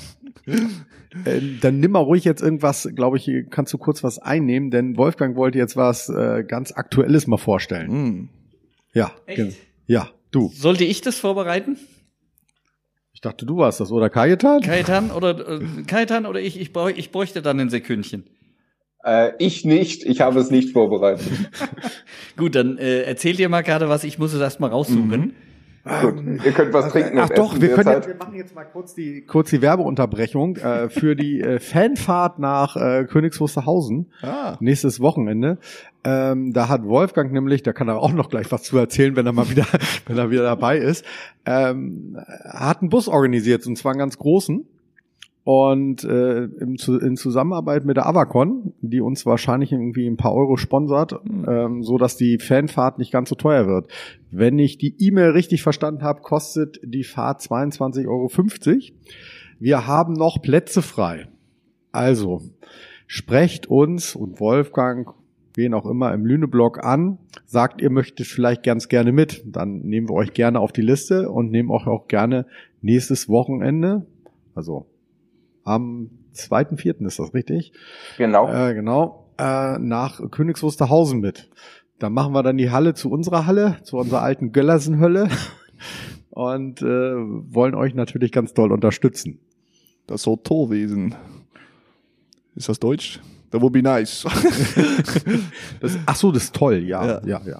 Dann nimm mal ruhig jetzt irgendwas, glaube ich, kannst du kurz was einnehmen, denn Wolfgang wollte jetzt was ganz Aktuelles mal vorstellen. Ja, Echt? Ja, du. Sollte ich das vorbereiten? Ich dachte, du warst das, oder Kajetan? Kajetan oder ich? Ich bräuchte dann ein Sekündchen. Ich nicht, ich habe es nicht vorbereitet. Gut, dann erzähl dir mal gerade was, ich muss es erst mal raussuchen. Gut, ihr könnt was trinken. Ach und doch, essen wir derzeit. machen jetzt mal kurz die Werbeunterbrechung für die Fanfahrt nach Königs Wusterhausen nächstes Wochenende. Da hat Wolfgang nämlich, da kann er auch noch gleich was zu erzählen, wenn er wieder dabei ist, hat einen Bus organisiert, und zwar einen ganz großen. Und in Zusammenarbeit mit der Avacon, die uns wahrscheinlich irgendwie ein paar Euro sponsert, so dass die Fanfahrt nicht ganz so teuer wird. Wenn ich die E-Mail richtig verstanden habe, kostet die Fahrt 22,50 Euro. Wir haben noch Plätze frei. Also sprecht uns und Wolfgang, wen auch immer, im Lüneblog an, sagt, ihr möchtet vielleicht ganz gerne mit. Dann nehmen wir euch gerne auf die Liste und nehmen euch auch gerne nächstes Wochenende, also am 2.4. ist das richtig? Genau. Nach Königs Wusterhausen mit. Da machen wir dann die Halle zu unserer Halle, zu unserer alten Göllersen-Hölle und wollen euch natürlich ganz doll unterstützen. Das soll Torwesen. Ist das Deutsch? That would be nice. Das ist toll, ja.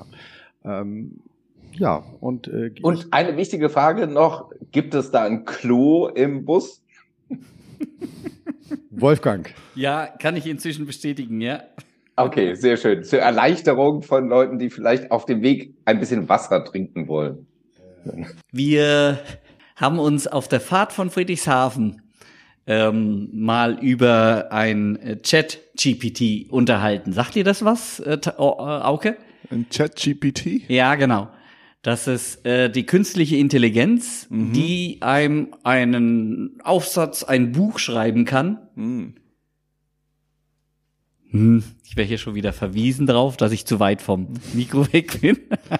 Und eine wichtige Frage noch, gibt es da ein Klo im Bus? Wolfgang. Ja, kann ich inzwischen bestätigen, ja. Okay, sehr schön. Zur Erleichterung von Leuten, die vielleicht auf dem Weg ein bisschen Wasser trinken wollen. Wir haben uns auf der Fahrt von Friedrichshafen mal über ein Chat-GPT unterhalten. Sagt ihr das was, Auke? Ein Chat-GPT? Ja, genau. Das ist die künstliche Intelligenz, die einem einen Aufsatz, ein Buch schreiben kann. Ich wäre hier schon wieder verwiesen drauf, dass ich zu weit vom Mikro weg bin.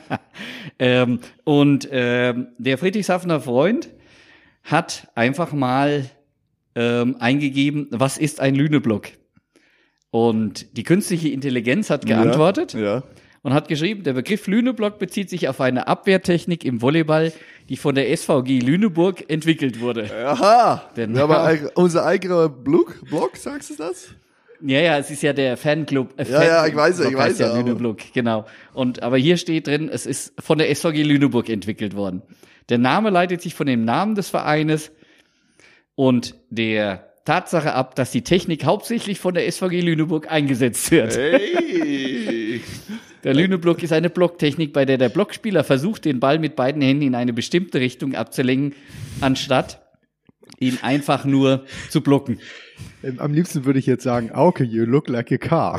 Der Friedrichshafener Freund hat einfach mal eingegeben, was ist ein Lüneblock? Und die künstliche Intelligenz hat geantwortet. Ja. Und hat geschrieben, der Begriff Lüneblock bezieht sich auf eine Abwehrtechnik im Volleyball, die von der SVG Lüneburg entwickelt wurde. Aha, aber unser eigener Blog, sagst du das? Ja, es ist ja der Fanclub. Ich weiß ja Lüneblock, genau. Aber hier steht drin, es ist von der SVG Lüneburg entwickelt worden. Der Name leitet sich von dem Namen des Vereines und der Tatsache ab, dass die Technik hauptsächlich von der SVG Lüneburg eingesetzt wird. Hey. Der Lüneblock ist eine Blocktechnik, bei der der Blockspieler versucht, den Ball mit beiden Händen in eine bestimmte Richtung abzulenken, anstatt ihn einfach nur zu blocken. Am liebsten würde ich jetzt sagen, Auke, you look like a car.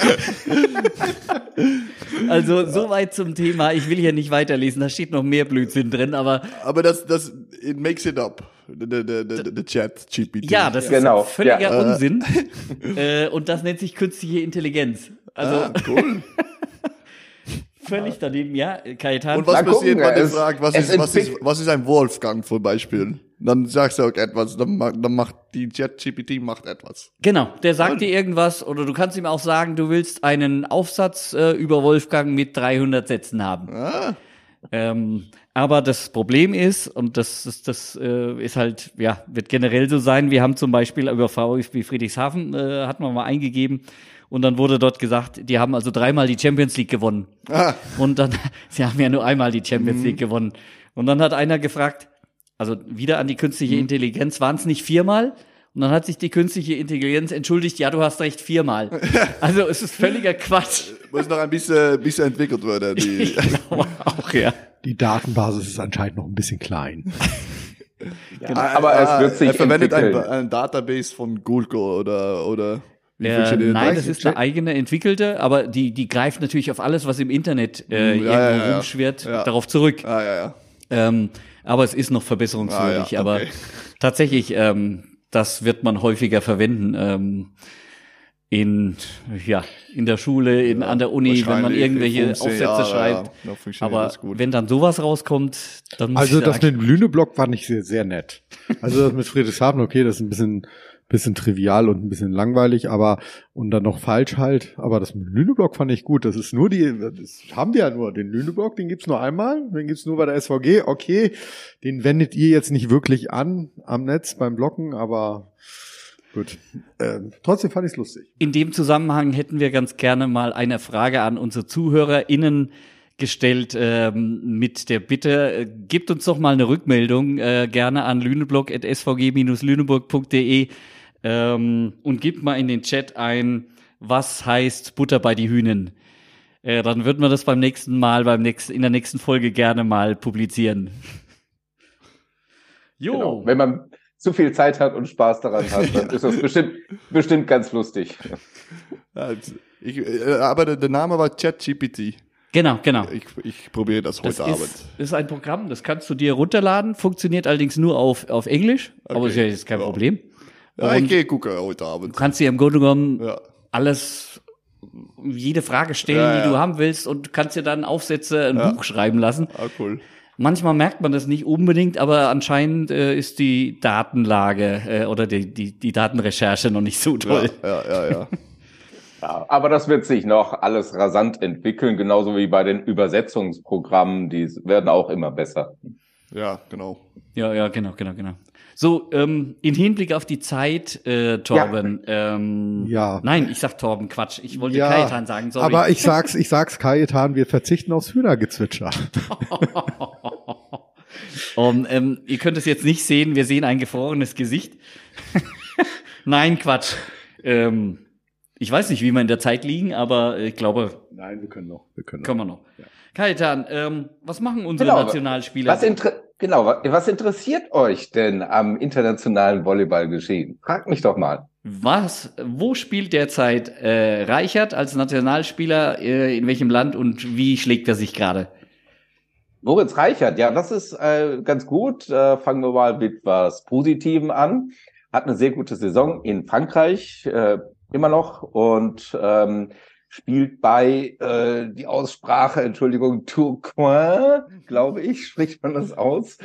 Also soweit zum Thema. Ich will hier nicht weiterlesen, da steht noch mehr Blödsinn drin, aber das it makes it up. The Chat GPT. Ja, das ist völliger Unsinn. Und das nennt sich künstliche Intelligenz. Also cool. Völlig daneben, ja, Kajetan. Und was passiert, wenn du fragst, was ist ein Wolfgang zum Beispiel? Dann sagst du auch etwas, dann macht die ChatGPT etwas. Genau, der sagt dir irgendwas, oder du kannst ihm auch sagen, du willst einen Aufsatz über Wolfgang mit 300 Sätzen haben. Aber das Problem ist, und das ist halt, ja, wird generell so sein, wir haben zum Beispiel über VfB Friedrichshafen, hatten wir mal eingegeben, und dann wurde dort gesagt, die haben also 3-mal die Champions League gewonnen. Und dann, sie haben ja nur einmal die Champions League gewonnen. Und dann hat einer gefragt, also wieder an die künstliche Intelligenz, waren es nicht 4-mal? Und dann hat sich die künstliche Intelligenz entschuldigt, ja, du hast recht, 4-mal. Also es ist völliger Quatsch. Muss noch ein bisschen entwickelt werden. Ich glaube auch, ja. Die Datenbasis ist anscheinend noch ein bisschen klein. Genau. Aber es wird sich er verwendet entwickeln. ein Database von Google oder wie funktioniert Nein, das ist eine eigene entwickelte, aber die greift natürlich auf alles, was im Internet irgendwo rumschwirrt, darauf zurück. Ja. Aber es ist noch verbesserungswürdig. Okay. Aber tatsächlich, das wird man häufiger verwenden. In der Schule, an der Uni, wenn man irgendwelche Aufsätze schreibt. Aber wenn dann sowas rauskommt, dann muss Also ich sagen, das mit dem Lüneblock fand ich sehr, sehr nett. Also das mit Friedrichshafen, okay, das ist ein bisschen trivial und ein bisschen langweilig, aber und dann noch falsch halt. Aber das mit dem Lüneblock fand ich gut. Das ist nur das haben die ja nur. Den Lüneblock, den gibt's nur einmal, den gibt's nur bei der SVG. Okay, den wendet ihr jetzt nicht wirklich an am Netz beim Blocken, aber gut. Trotzdem fand ich's lustig. in dem Zusammenhang hätten wir ganz gerne mal eine Frage an unsere ZuhörerInnen gestellt, mit der Bitte, gebt uns doch mal eine Rückmeldung, gerne an lüneblog@svg-lüneburg.de, und gebt mal in den Chat ein, was heißt Butter bei die Hühnen. Dann würden wir das beim nächsten Mal, in der nächsten Folge gerne mal publizieren. Jo. Genau. Wenn man zu viel Zeit hat und Spaß daran hat, dann ist das bestimmt ganz lustig. Aber der Name war ChatGPT. Genau. Ich probiere das heute Abend. Das ist ein Programm, das kannst du dir runterladen, funktioniert allerdings nur auf Englisch, aber ist ja jetzt kein Problem. Ja, ich gehe gucken heute Abend. Du kannst dir im Grunde genommen alles, jede Frage stellen, die du haben willst, und kannst dir dann Aufsätze, ein Buch schreiben lassen. Ah, cool. Manchmal merkt man das nicht unbedingt, aber anscheinend ist die Datenlage oder die Datenrecherche noch nicht so toll. Ja. Ja, aber das wird sich noch alles rasant entwickeln, genauso wie bei den Übersetzungsprogrammen, die werden auch immer besser. Ja, genau. Ja, genau. So, in Hinblick auf die Zeit, Torben, nein, ich sag Torben, Quatsch, ich wollte Kajetan sagen, sorry. Aber ich sag's Kajetan, wir verzichten aufs Hühnergezwitscher. Ihr könnt es jetzt nicht sehen, wir sehen ein gefrorenes Gesicht. Nein, Quatsch. Ich weiß nicht, wie wir in der Zeit liegen, aber ich glaube. Nein, wir können noch. Können wir noch. Ja. Kajetan, was machen unsere Nationalspieler? Was interessiert euch denn am internationalen Volleyballgeschehen? Fragt mich doch mal. Wo spielt derzeit Reichert als Nationalspieler, in welchem Land, und wie schlägt er sich gerade? Moritz Reichert, ja, das ist ganz gut. Fangen wir mal mit was Positivem an. Hat eine sehr gute Saison in Frankreich, immer noch, und spielt bei, die Aussprache, Entschuldigung, Tourcoing, glaube ich, spricht man das aus.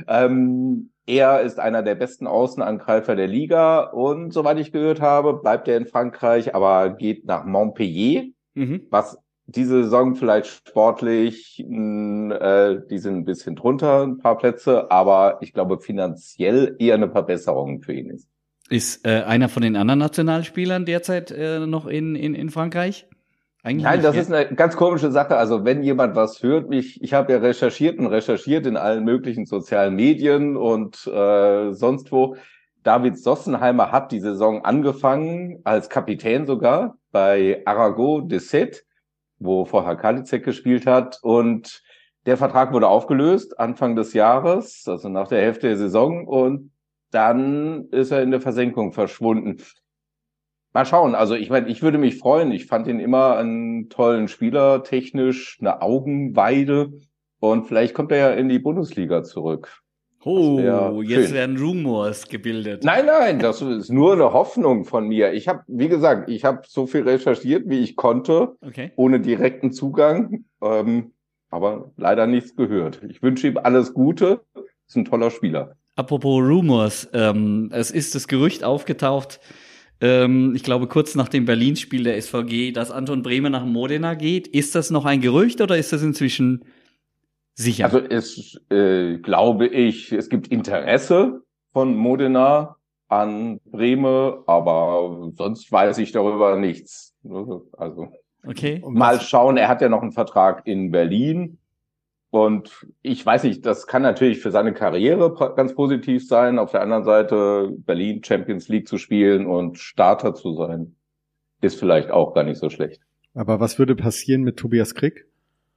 Er ist einer der besten Außenangreifer der Liga, und soweit ich gehört habe, bleibt er in Frankreich, aber geht nach Montpellier, was diese Saison vielleicht sportlich, die sind ein bisschen drunter, ein paar Plätze, aber ich glaube finanziell eher eine Verbesserung für ihn ist. Ist einer von den anderen Nationalspielern derzeit noch in Frankreich? Eigentlich Nein, nicht, das ist eine ganz komische Sache. Also wenn jemand was hört, ich habe ja recherchiert in allen möglichen sozialen Medien und sonst wo. David Sossenheimer hat die Saison angefangen, als Kapitän sogar, bei Arago de Sète, wo vorher Kalizek gespielt hat. Und der Vertrag wurde aufgelöst Anfang des Jahres, also nach der Hälfte der Saison. Und dann ist er in der Versenkung verschwunden. Mal schauen, also ich meine, ich würde mich freuen. Ich fand ihn immer einen tollen Spieler, technisch eine Augenweide. Und vielleicht kommt er ja in die Bundesliga zurück. Oh, jetzt werden Rumors gebildet. Nein, das ist nur eine Hoffnung von mir. Wie gesagt, ich habe so viel recherchiert, wie ich konnte, ohne direkten Zugang, aber leider nichts gehört. Ich wünsche ihm alles Gute. Ist ein toller Spieler. Apropos Rumors, es ist das Gerücht aufgetaucht, ich glaube kurz nach dem Berlin-Spiel der SVG, dass Anton Brehme nach Modena geht. Ist das noch ein Gerücht oder ist das inzwischen sicher? Also glaube ich, es gibt Interesse von Modena an Brehme, aber sonst weiß ich darüber nichts. Also mal schauen, er hat ja noch einen Vertrag in Berlin. Und ich weiß nicht, das kann natürlich für seine Karriere ganz positiv sein. Auf der anderen Seite Berlin Champions League zu spielen und Starter zu sein, ist vielleicht auch gar nicht so schlecht. Aber was würde passieren mit Tobias Krick?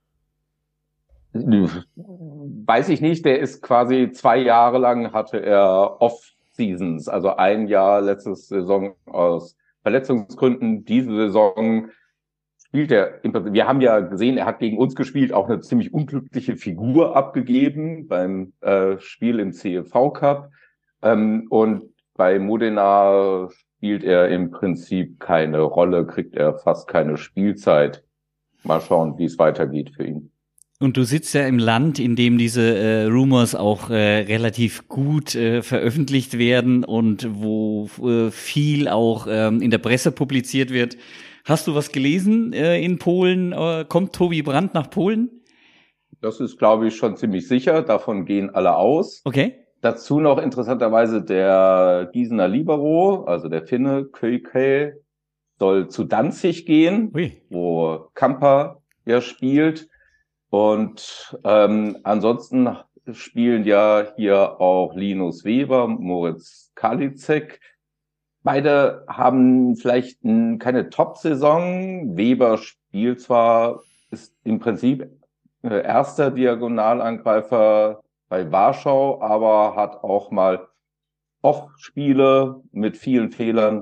Weiß ich nicht. Der ist quasi 2 Jahre lang hatte er Off-Seasons, also ein Jahr letzte Saison aus Verletzungsgründen. Diese Saison spielt er, wir haben ja gesehen, er hat gegen uns gespielt, auch eine ziemlich unglückliche Figur abgegeben beim Spiel im CEV Cup. Und bei Modena spielt er im Prinzip keine Rolle, kriegt er fast keine Spielzeit. Mal schauen, wie es weitergeht für ihn. Und du sitzt ja im Land, in dem diese Rumors auch relativ gut veröffentlicht werden und wo viel auch in der Presse publiziert wird. Hast du was gelesen in Polen? Kommt Tobi Brandt nach Polen? Das ist, glaube ich, schon ziemlich sicher. Davon gehen alle aus. Okay. Dazu noch interessanterweise der Gießener Libero, also der Finne Köike, soll zu Danzig gehen, wo Kamper ja spielt. Und ansonsten spielen ja hier auch Linus Weber, Moritz Kalicek. Beide haben vielleicht keine Top-Saison. Weber spielt zwar, ist im Prinzip erster Diagonalangreifer bei Warschau, aber hat auch mal Off-Spiele mit vielen Fehlern.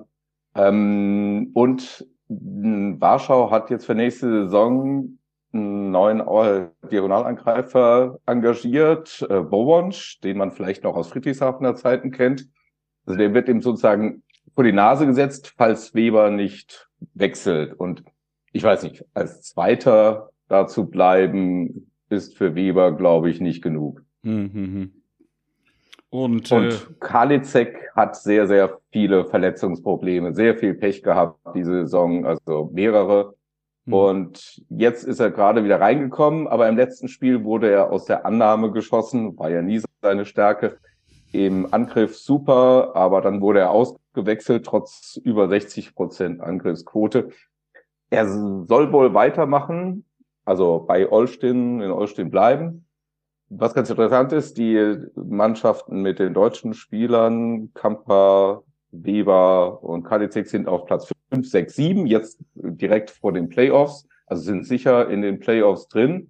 Und Warschau hat jetzt für nächste Saison einen neuen Diagonalangreifer engagiert, Bowonsch, den man vielleicht noch aus Friedrichshafener Zeiten kennt. Also der wird ihm sozusagen vor die Nase gesetzt, falls Weber nicht wechselt. Und ich weiß nicht, als Zweiter da zu bleiben, ist für Weber, glaube ich, nicht genug. Mhm. Und Kalicek hat sehr, sehr viele Verletzungsprobleme, sehr viel Pech gehabt diese Saison, also mehrere. Und jetzt ist er gerade wieder reingekommen, aber im letzten Spiel wurde er aus der Annahme geschossen, war ja nie seine Stärke. Im Angriff super, aber dann wurde er ausgewechselt, trotz über 60% Angriffsquote. Er soll wohl weitermachen, also bei Olsztyn, in Olsztyn bleiben. Was ganz interessant ist, die Mannschaften mit den deutschen Spielern, Kamper, Weber und Kalicek sind auf Platz 5, 6, 7, jetzt direkt vor den Playoffs, also sind sicher in den Playoffs drin.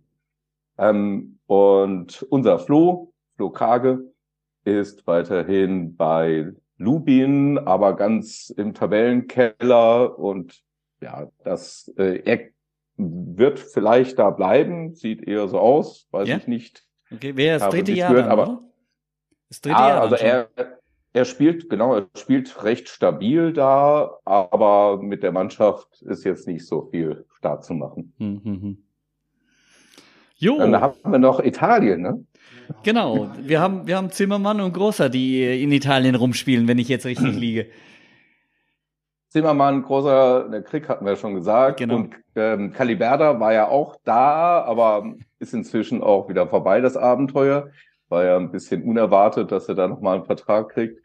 Und unser Flo Krage, ist weiterhin bei Lubin, aber ganz im Tabellenkeller und ja, er wird vielleicht da bleiben, sieht eher so aus, weiß ich nicht. Okay, wäre das dritte Jahr dann, aber oder? Das dritte Jahr also er spielt recht stabil da, aber mit der Mannschaft ist jetzt nicht so viel Start zu machen. Jo. Dann haben wir noch Italien, ne? Genau, wir haben Zimmermann und Großer, die in Italien rumspielen, wenn ich jetzt richtig liege. Zimmermann, Großer, der Krieg hatten wir schon gesagt. Genau. Und Caliberda war ja auch da, aber ist inzwischen auch wieder vorbei, das Abenteuer. War ja ein bisschen unerwartet, dass er da nochmal einen Vertrag kriegt.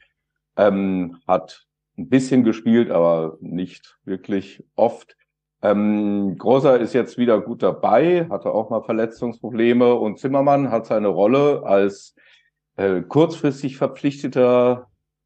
Hat ein bisschen gespielt, aber nicht wirklich oft. Großer ist jetzt wieder gut dabei, hatte auch mal Verletzungsprobleme und Zimmermann hat seine Rolle als kurzfristig verpflichteter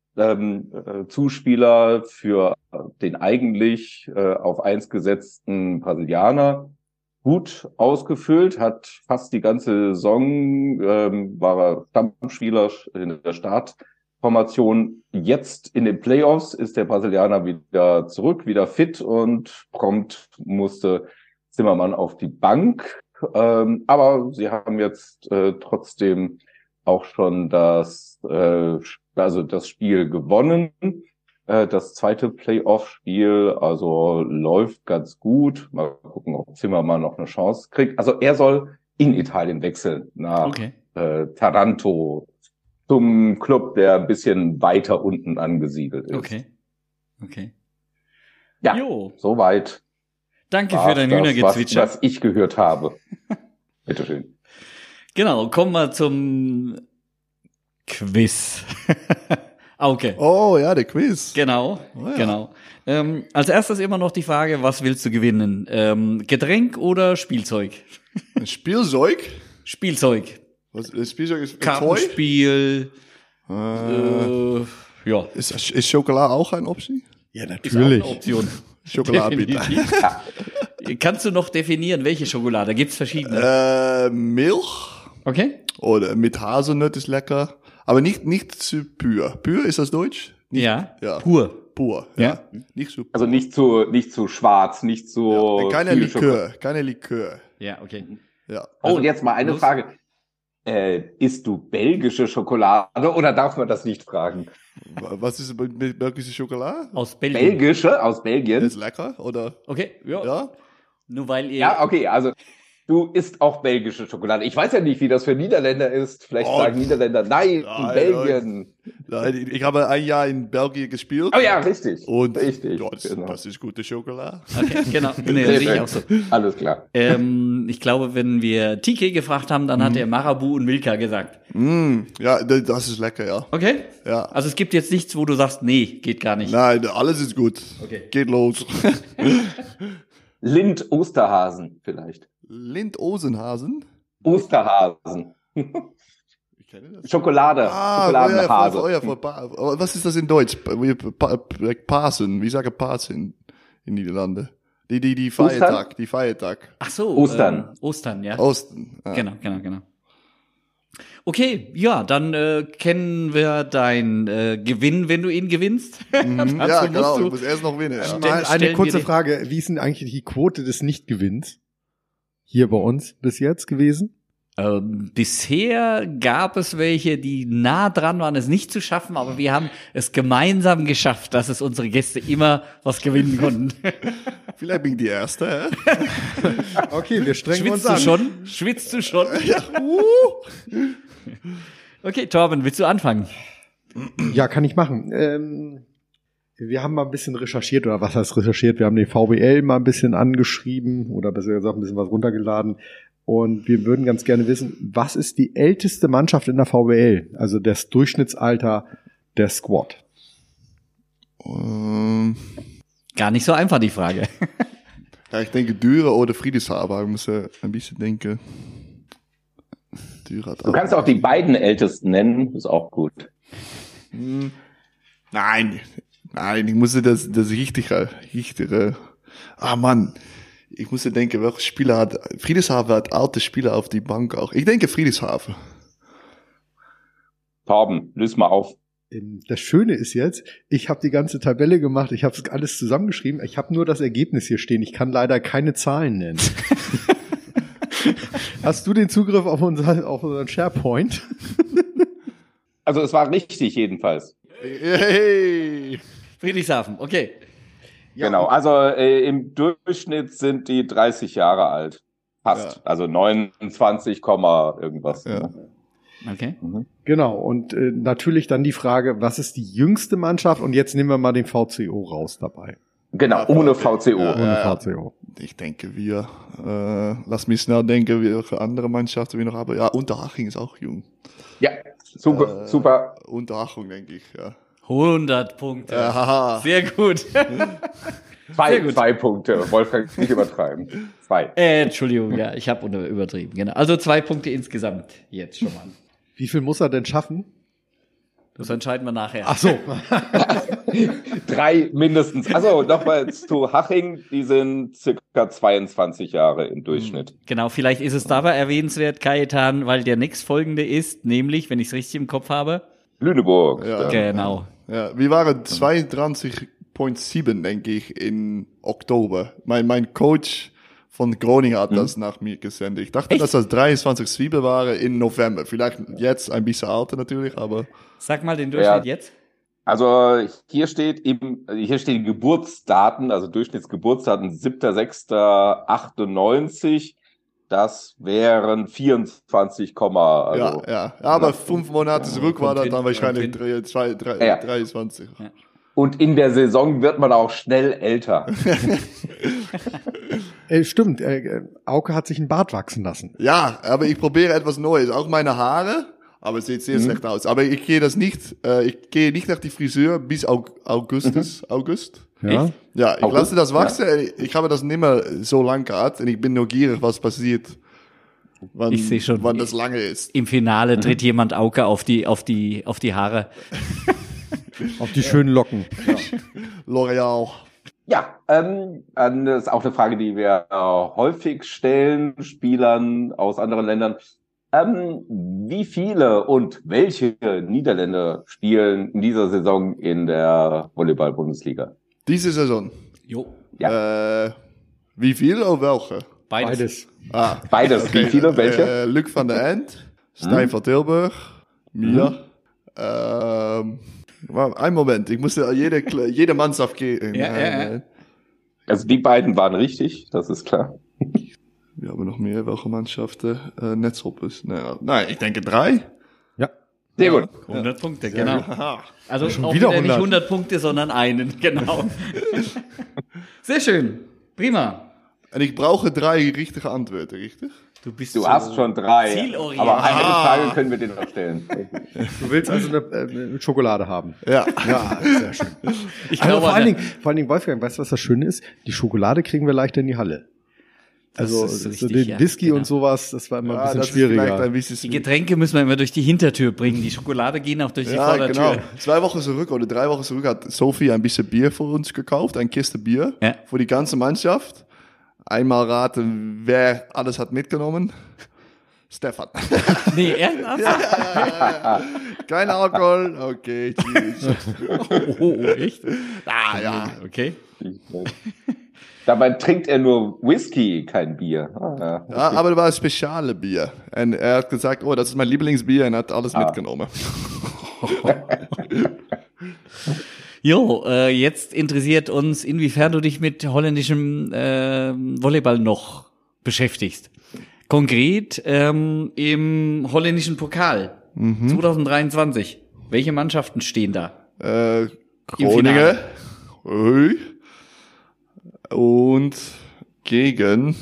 Zuspieler für den eigentlich auf 1 gesetzten Brasilianer gut ausgefüllt, hat fast die ganze Saison, war er Stammspieler in der Startformation. Jetzt in den Playoffs ist der Brasilianer wieder zurück, wieder fit und prompt musste Zimmermann auf die Bank. Aber sie haben jetzt trotzdem auch schon das Spiel gewonnen. Das zweite Playoff-Spiel, also läuft ganz gut. Mal gucken, ob Zimmermann noch eine Chance kriegt. Also er soll in Italien wechseln nach Taranto, zum Club, der ein bisschen weiter unten angesiedelt ist. Okay. Ja, soweit. Danke für dein Hühnergezwitscher. Was ich gehört habe. Bitteschön. Genau, kommen wir zum Quiz. Okay. Oh ja, der Quiz. Genau, genau. Als erstes immer noch die Frage, was willst du gewinnen? Getränk oder Spielzeug? Spielzeug? Spielzeug. Was, Spielzeug ist Toy? Kartenspiel. Ja. Ist Schokolade auch eine Option? Ja, Ist auch natürlich. eine Option. Schokolade bitte. Definitiv. Kannst du noch definieren, welche Schokolade? Da gibt's verschiedene. Milch Okay. oder mit Haselnüsse ist lecker. Aber nicht zu pur. Pur ist das Deutsch? Nicht, Ja. Ja. Pur. Pur, Ja. ja. Nicht zu pur. Also nicht zu schwarz, nicht zu Ja, keine viel Schokolade. Likör, keine Likör. Ja, okay. Ja. Oh, Also, und jetzt mal eine los. Frage. Isst du belgische Schokolade oder darf man das nicht fragen? Was ist mit belgischer Schokolade? Aus Belgien. Belgische aus Belgien? Ist lecker, oder? Okay, ja. Ja? Nur weil ihr. Ja, okay, also du isst auch belgische Schokolade. Ich weiß ja nicht, wie das für Niederländer ist. Vielleicht Oh. sagen Niederländer, nein, Nein, Belgien. Nein, ich habe ein Jahr in Belgien gespielt. Oh ja, richtig. Und richtig. ja, Genau. das ist gute Schokolade. Okay, genau. Nee, Sehr das sehe ich schön. auch so. Alles klar. Ich glaube, wenn wir TK gefragt haben, dann hat er Marabu und Milka gesagt. Ja, das ist lecker, ja. Okay? Ja. Also es gibt jetzt nichts, wo du sagst, nee, geht gar nicht. Nein, alles ist gut. Okay. Geht los. Lind Osterhasen vielleicht. Lind Osenhasen. Osterhasen. Ich kenne das. Schokolade. Schokoladenhase. Was ist das in Deutsch? Pasen. Wie sagen Pasen in Niederlande? Die Feiertag. Die Feiertag. Ach so. Ostern. Ostern, ja. Osten. Ja. Genau. Okay, ja, dann kennen wir dein Gewinn, wenn du ihn gewinnst. Ja, Dazu genau. musst Ich du- muss erst noch gewinnen. Ja. Stell- Mal stellen eine wir kurze die- Frage. Wie ist denn eigentlich die Quote des Nichtgewinns hier bei uns bis jetzt gewesen? Bisher gab es welche, die nah dran waren, es nicht zu schaffen, aber wir haben es gemeinsam geschafft, dass es unsere Gäste immer was gewinnen konnten. Vielleicht bin ich die Erste. Hä? Okay, wir strengen uns Schwitzt du an. schon? Schwitzt du schon? Okay, Torben, willst du anfangen? Ja, kann ich machen. Wir haben mal ein bisschen recherchiert, oder was heißt recherchiert? Wir haben den VBL mal ein bisschen angeschrieben oder besser gesagt ein bisschen was runtergeladen. Und wir würden ganz gerne wissen, was ist die älteste Mannschaft in der VBL? Also das Durchschnittsalter der Squad. Gar nicht so einfach, die Frage. Ja, ich denke Dürer oder Friedrichshafen. Ich muss ein bisschen denken. Dürer hat Du kannst auch die beiden Ältesten nennen, ist auch gut. Nein, ich musste das richtige. Ah Mann, ich musste denken, welcher Spieler hat. Friedrichshafen hat alte Spieler auf die Bank auch. Ich denke Friedrichshafen. Torben, löse mal auf. Das Schöne ist jetzt, ich habe die ganze Tabelle gemacht, ich habe alles zusammengeschrieben, ich habe nur das Ergebnis hier stehen, ich kann leider keine Zahlen nennen. Hast du den Zugriff auf unseren SharePoint? Also es war richtig jedenfalls. Hey. Friedrichshafen, okay. Ja, Genau, also im Durchschnitt sind die 30 Jahre alt. Passt. Ja. Also 29, irgendwas. Ja. Okay. Genau, und natürlich dann die Frage, was ist die jüngste Mannschaft? Und jetzt nehmen wir mal den VCO raus dabei. Genau, Ja, ohne okay. VCO. Ja. Ohne VCO. Ich denke wir. Lass mich schnell denken, welche andere Mannschaften wir noch haben. Ja, Unterhaching ist auch jung. Ja, super, super. Unterhaching, denke ich, ja. 100 Punkte. Haha. Sehr gut. Sehr gut. Zwei Punkte. Wolfgang, nicht übertreiben. 2. Entschuldigung, ja, ich habe übertrieben. Genau. Also 2 Punkte insgesamt jetzt schon mal. Wie viel muss er denn schaffen? Das entscheiden wir nachher. Ach so. 3 mindestens. Also nochmal zu Haching, die sind circa 22 Jahre im Durchschnitt. Genau, vielleicht ist es dabei erwähnenswert, Kajetan, weil der nächstfolgende ist, nämlich, wenn ich es richtig im Kopf habe. Lüneburg. Ja. Genau. Ja, wir waren 22,7, denke ich, in Oktober. Mein Coach von Groningen hat das nach mir gesendet. Ich dachte, dass das 23,7 waren in November. Vielleicht jetzt ein bisschen älter natürlich, aber Sag mal den Durchschnitt Ja. jetzt. Also hier steht die Geburtsdaten, also Durchschnittsgeburtsdaten 7.6.98. Das wären 24, also ja. Aber 5 Monate zurück war das dann wahrscheinlich kommt 23. Und in der Saison wird man auch schnell älter. Stimmt, Auke hat sich einen Bart wachsen lassen. Ja, aber ich probiere etwas Neues. Auch meine Haare, aber es sieht sehr schlecht aus. Aber ich gehe ich gehe nicht nach die Friseur bis August. Ja. Ja, ich August? lasse das wachsen. Ich habe das nicht mehr so lang gehabt und ich bin neugierig, was passiert Ich sehe schon. Wann das lange ist. Im Finale tritt jemand Auge auf die Haare. Auf die schönen Locken. L'Oreal. Ja, das ist auch eine Frage, die wir häufig stellen, Spielern aus anderen Ländern. Wie viele und welche Niederländer spielen in dieser Saison in der Volleyball-Bundesliga? Diese Saison. Jo. Ja. Wie viel oder welche? Beides. Beides. Okay. Wie viele? Welche? Luc van der End, Stijn van Tilburg, mir. Ein Moment, ich musste jede Mannschaft gehen. Ja. Also die beiden waren richtig, das ist klar. Wir haben noch mehr, welche Mannschaften Netzhopp ist. Nein, ich denke 3. Ja. Sehr gut. 100 Punkte, genau. Also Schon auch wieder wieder nicht 100. 100 Punkte, sondern einen, genau. Sehr schön. Prima. Und ich brauche 3 richtige Antworten, richtig? Du hast schon 3. zielorientiert. Aber eine Frage können wir dir noch stellen. Du willst also eine Schokolade haben. Ja. Ja, sehr schön. Ich Also glaube, vor allen Dingen, Wolfgang, weißt du, was das Schöne ist? Die Schokolade kriegen wir leichter in die Halle. Also Das ist so richtig, den ja, Whisky genau. und sowas, das war immer ein bisschen das ist vielleicht schwieriger. ein bisschen die Getränke müssen wir immer durch die Hintertür bringen. Die Schokolade gehen auch durch die Ja, Vordertür. genau. 2 Wochen zurück oder 3 Wochen zurück hat Sophie ein bisschen Bier für uns gekauft, eine Kiste Bier Ja. für die ganze Mannschaft. Einmal raten, wer alles hat mitgenommen. Stefan. Nee, ernsthaft? Kein Alkohol, okay, tschüss. Oh, echt? Ja. Okay. Dabei trinkt er nur Whisky, kein Bier. Ja, aber das war ein spezielles Bier. Und er hat gesagt, oh, das ist mein Lieblingsbier und hat alles mitgenommen. Jo, jetzt interessiert uns, inwiefern du dich mit holländischem Volleyball noch beschäftigst. Konkret im holländischen Pokal 2023. Welche Mannschaften stehen da? Groningen. Ui. Und gegen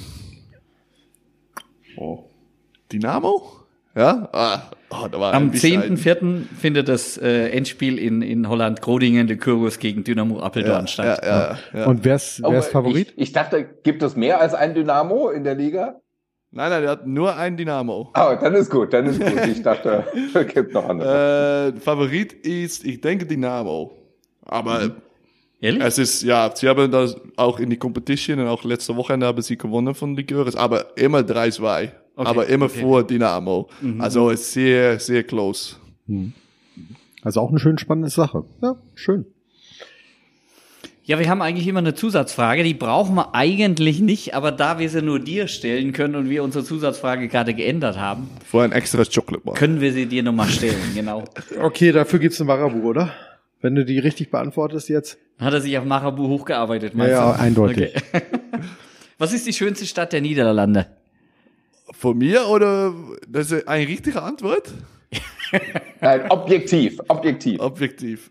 Dynamo? Ja? Da war Am ein bisschen 10.4. findet das Endspiel in Holland Groningen, der Kyrgus gegen Dynamo Apeldoorn statt. Ja. Und wer ist Favorit? Ich dachte, gibt es mehr als ein Dynamo in der Liga? Nein, der hat nur ein Dynamo. Oh, dann ist gut. Ich dachte, es gibt noch andere. Favorit ist, ich denke, Dynamo. Aber Ehrlich? es ist, ja, sie haben das auch in die Competition und auch letzte Wochenende haben sie gewonnen von Liqueurs, aber immer 3-2. Aber immer vor Dynamo. Also es ist sehr, sehr close. Also auch eine schön spannende Sache. Ja, schön. Ja, wir haben eigentlich immer eine Zusatzfrage, die brauchen wir eigentlich nicht, aber da wir sie nur dir stellen können und wir unsere Zusatzfrage gerade geändert haben, Vor ein extras Chocolate Bar. können wir sie dir nochmal stellen, genau. Okay, dafür gibt's ein Marabu, oder? Wenn du die richtig beantwortest jetzt. Hat er sich auf Marabu hochgearbeitet, Ja, meinst ja, du? eindeutig. Okay. Was ist die schönste Stadt der Niederlande? Von mir oder das ist eine richtige Antwort? Nein, objektiv. Objektiv.